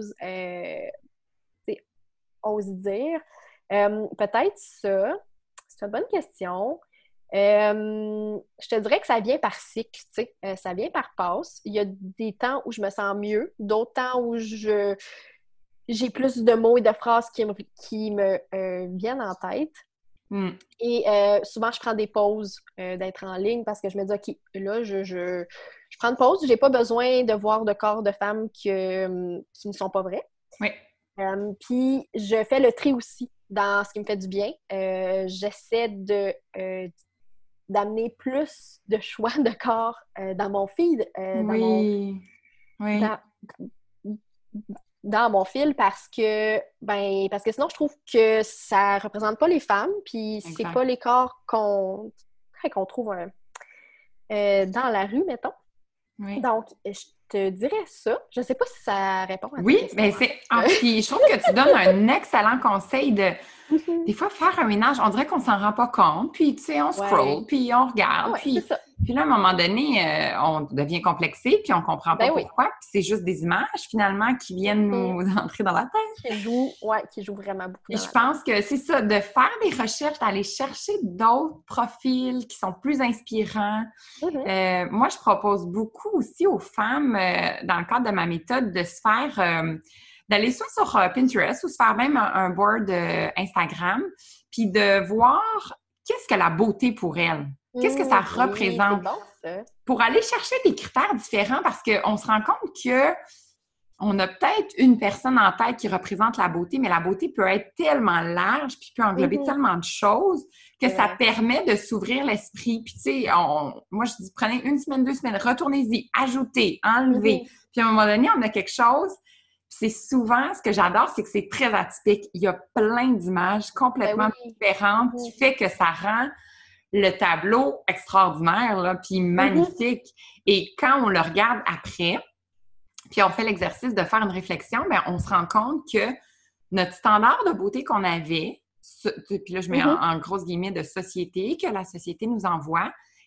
osent dire. Peut-être ça. C'est une bonne question. Je te dirais que ça vient par cycle, tu sais. Ça vient par passe. Il y a des temps où je me sens mieux, d'autres temps où j'ai plus de mots et de phrases qui me viennent en tête. Hmm. Et souvent, je prends des pauses d'être en ligne parce que je me dis, OK, là, je prends une pause. J'ai pas besoin de voir de corps de femmes qui ne sont pas vrais. Oui. Puis, je fais le tri aussi dans ce qui me fait du bien. J'essaie d'amener plus de choix de corps dans mon feed, Oui. Oui. dans, dans mon fil parce que sinon, je trouve que ça représente pas les femmes, puis c'est Exact. pas les corps qu'on trouve dans la rue, mettons. Oui. Donc, je te dirais ça. Je sais pas si ça répond à ta Oui, question, mais en c'est. fait. Puis je trouve que tu donnes un excellent conseil de. Des fois, faire un ménage, on dirait qu'on s'en rend pas compte. Puis, tu sais, on Ouais. scroll, puis on Ah regarde. ouais, c'est ça. Puis là, à un moment donné, on devient complexé, puis on comprend pas Ben oui. pourquoi. Puis c'est juste des images, finalement, qui viennent Mhm. nous entrer dans la tête. Qui joue vraiment beaucoup Et dans je la tête. pense que c'est ça, de faire des recherches, d'aller chercher d'autres profils qui sont plus inspirants. Mhm. Moi, je propose beaucoup aussi aux femmes, dans le cadre de ma méthode, de se faire, d'aller soit sur Pinterest ou se faire même un board Instagram, puis de voir qu'est-ce que la beauté pour elle, qu'est-ce que ça Oui, c'est représente, bon, ça. pour aller chercher des critères différents parce qu'on se rend compte que on a peut-être une personne en tête qui représente la beauté, mais la beauté peut être tellement large puis peut englober Mhm. tellement de choses que C'est ça vrai. permet de s'ouvrir l'esprit. Puis, tu sais, moi, je dis, prenez une semaine, 2 semaines, retournez-y, ajoutez, enlevez. Mhm. Puis, à un moment donné, on a quelque chose. Puis c'est souvent, ce que j'adore, c'est que c'est très atypique. Il y a plein d'images Ben complètement oui. différentes qui Mhm. fait que ça rend le tableau extraordinaire, là, puis Mhm. magnifique. Et quand on le regarde après, puis on fait l'exercice de faire une réflexion, bien, on se rend compte que notre standard de beauté qu'on avait, puis là, je mets Mhm. en grosses guillemets de société, que la société nous envoie,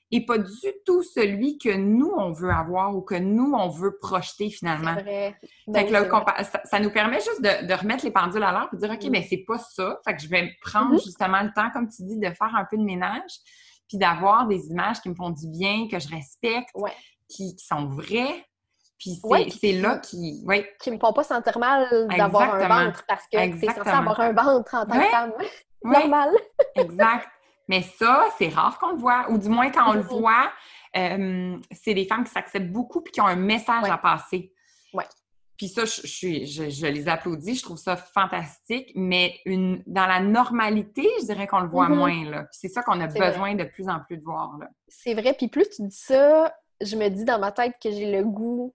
n'est pas du tout celui que nous, on veut avoir ou que nous, on veut projeter finalement. C'est vrai. Fait que là, ça nous permet juste de remettre les pendules à l'heure et de dire, OK, ben c'est pas ça. Fait que je vais prendre justement le temps, comme tu dis, de faire un peu de ménage puis d'avoir des images qui me font du bien, que je respecte, qui sont vraies. Puis c'est là qui me font pas sentir mal d'avoir un ventre parce que c'est censé avoir un ventre en tant que femme. Normal. Exact. Mais ça, c'est rare qu'on le voit. Ou du moins, quand on le voit, c'est des femmes qui s'acceptent beaucoup puis qui ont un message à passer. Ouais. Puis ça, je les applaudis. Je trouve ça fantastique. Mais dans la normalité, je dirais qu'on le voit moins. Là. Puis c'est ça qu'on a besoin de plus en plus de voir. Là. C'est vrai. Puis plus tu dis ça, je me dis dans ma tête que j'ai le goût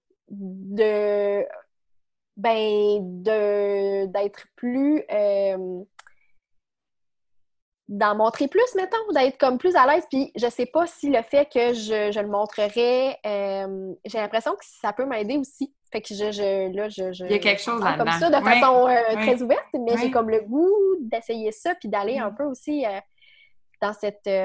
d'être plus d'en montrer plus, mettons, d'être comme plus à l'aise. Puis je sais pas si le fait que je le montrerais, j'ai l'impression que ça peut m'aider aussi. Fait que il y a quelque chose là-dedans. Comme ça, de façon très ouverte, mais j'ai comme le goût d'essayer ça puis d'aller un peu aussi dans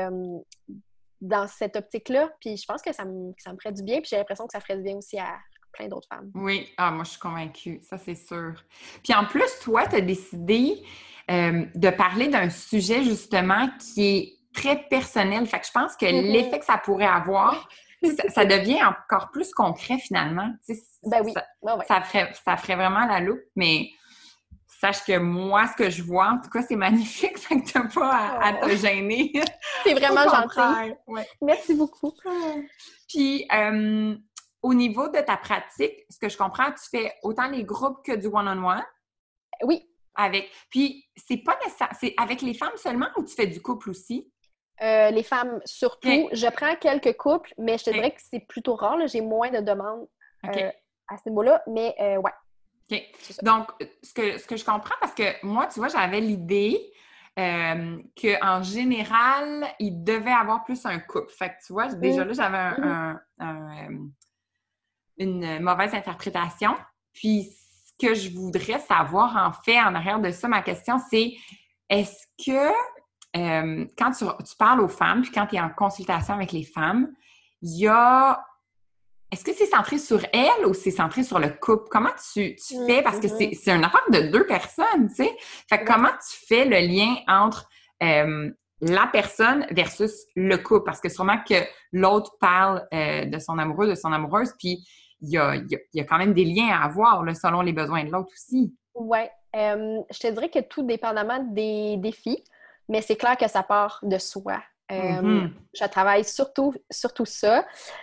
cette optique-là. Puis je pense que ça me ferait du bien. Puis j'ai l'impression que ça ferait du bien aussi à plein d'autres femmes. Oui. Ah, moi, je suis convaincue. Ça, c'est sûr. Puis en plus, toi, tu as décidé de parler d'un sujet, justement, qui est très personnel. Fait que je pense que l'effet que ça pourrait avoir, ça devient encore plus concret, finalement. Ben oui. Ça ferait vraiment la loupe, mais sache que moi, ce que je vois, en tout cas, c'est magnifique. Fait que t'as pas à te gêner. C'est vraiment gentil. Ouais. Merci beaucoup. Puis, au niveau de ta pratique, ce que je comprends, tu fais autant les groupes que du one-on-one? Oui. Puis, c'est pas nécessaire. C'est avec les femmes seulement ou tu fais du couple aussi? Les femmes surtout. Okay. Je prends quelques couples, mais je te dirais que c'est plutôt rare. Là. J'ai moins de demandes à ce niveau-là, mais ouais. OK. Donc, ce que je comprends, parce que moi, tu vois, j'avais l'idée qu'en général, il devait avoir plus un couple. Fait que tu vois, déjà là, j'avais une mauvaise interprétation. Puis, ce que je voudrais savoir, en fait, en arrière de ça, ma question, c'est est-ce que quand tu parles aux femmes, puis quand tu es en consultation avec les femmes, il y a... Est-ce que c'est centré sur elles ou c'est centré sur le couple? Comment tu fais? Parce que c'est une affaire de deux personnes, tu sais. Fait que comment tu fais le lien entre la personne versus le couple? Parce que sûrement que l'autre parle de son amoureux, de son amoureuse, puis il y a quand même des liens à avoir là, selon les besoins de l'autre aussi. Oui. Je te dirais que tout dépendamment des défis, mais c'est clair que ça part de soi. Je travaille surtout ça.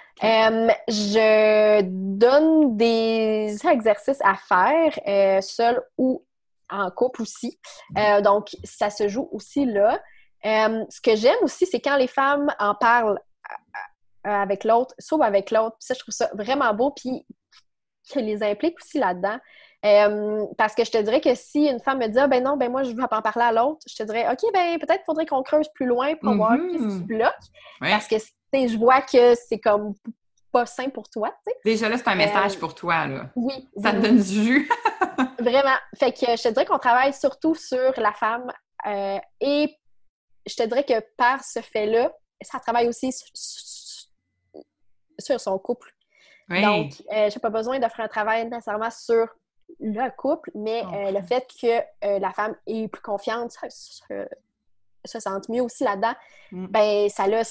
Je donne des exercices à faire, seul ou en couple aussi. Donc, ça se joue aussi là. Ce que j'aime aussi, c'est quand les femmes en parlent avec l'autre, s'ouvrent avec l'autre. Puis ça, je trouve ça vraiment beau. Puis qu'elles les impliquent aussi là-dedans. Parce que je te dirais que si une femme me dit « Ah ben non, ben moi, je veux pas en parler à l'autre », je te dirais « OK, ben peut-être faudrait qu'on creuse plus loin pour voir qu'est-ce qui bloque. Ouais. » Parce que je vois que c'est comme pas sain pour toi, tu sais. Déjà là, c'est un message pour toi, là. Oui. Ça te donne du jus. Vraiment. Fait que je te dirais qu'on travaille surtout sur la femme et je te dirais que par ce fait-là, ça travaille aussi sur son couple. Oui. Donc, j'ai pas besoin de faire un travail nécessairement sur le couple, mais le fait que la femme ait plus confiance, se sente mieux aussi là-dedans, ben ça a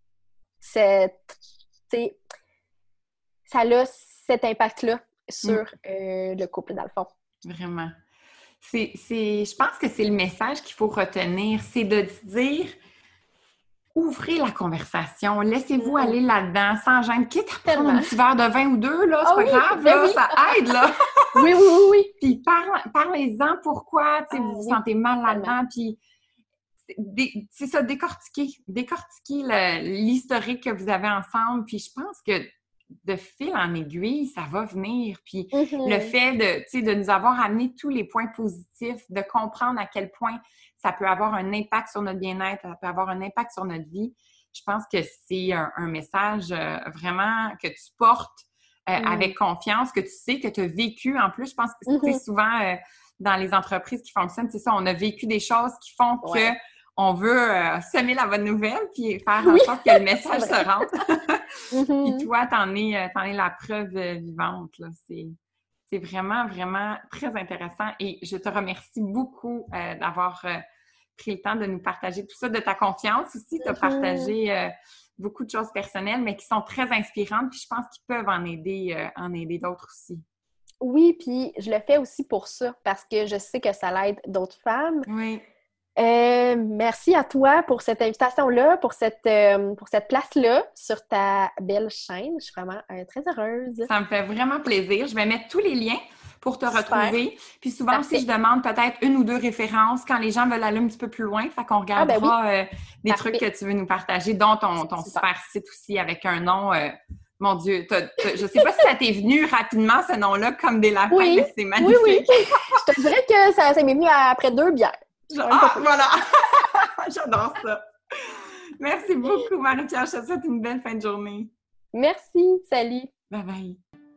cet impact-là sur le couple, dans le fond. Vraiment. Je pense que c'est le message qu'il faut retenir, c'est de dire ouvrez la conversation, laissez-vous aller là-dedans sans gêne. Quitte à prendre un petit verre de vin ou deux, là, c'est pas grave, là, ça aide, là. Oui. Puis parlez-en pourquoi, tu sais, vous vous sentez mal là-dedans, puis c'est ça, décortiquer l'historique que vous avez ensemble, puis je pense que de fil en aiguille, ça va venir. Puis le fait de nous avoir amené tous les points positifs, de comprendre à quel point ça peut avoir un impact sur notre bien-être, ça peut avoir un impact sur notre vie, je pense que c'est un message vraiment que tu portes avec confiance, que tu sais que tu as vécu. En plus, je pense que c'est souvent dans les entreprises qui fonctionnent, c'est ça, on a vécu des choses qui font que on veut semer la bonne nouvelle puis faire en Oui, sorte que le message se rende. Puis Mhm. toi, t'en es la preuve vivante, là. C'est vraiment, vraiment très intéressant et je te remercie beaucoup d'avoir pris le temps de nous partager tout ça, de ta confiance aussi. Tu as Mhm. partagé beaucoup de choses personnelles, mais qui sont très inspirantes, puis je pense qu'ils peuvent en aider d'autres aussi. Oui, puis je le fais aussi pour ça, parce que je sais que ça l'aide d'autres femmes. Oui, Merci à toi pour cette invitation-là, pour cette place-là sur ta belle chaîne. Je suis vraiment très heureuse. ça me fait vraiment plaisir. Je vais mettre tous les liens pour te Super, retrouver. Puis souvent aussi, je parfait. demande peut-être une ou deux références quand les gens veulent aller un petit peu plus loin. Fait qu'on Ah ben oui, regardera des trucs que parfait. tu veux nous partager, dont ton Super. super site aussi avec un nom. Mon Dieu, je sais pas si ça t'est venu rapidement, ce nom-là, comme des lapins, Oui, mais c'est oui, oui. magnifique. Je te dirais que ça m'est venu après 2 bières. C'est quand même pas Ah, peu. voilà! J'adore ça. Merci beaucoup, Marie-Pierre. Je te souhaite une belle fin de journée. Merci, salut. Bye bye.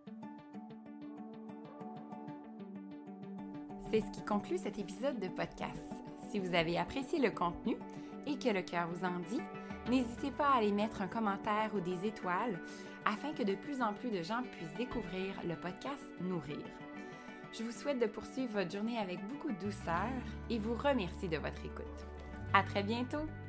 C'est ce qui conclut cet épisode de podcast. Si vous avez apprécié le contenu et que le cœur vous en dit, n'hésitez pas à aller mettre un commentaire ou des étoiles afin que de plus en plus de gens puissent découvrir le podcast Nourrir. Je vous souhaite de poursuivre votre journée avec beaucoup de douceur et vous remercie de votre écoute. À très bientôt!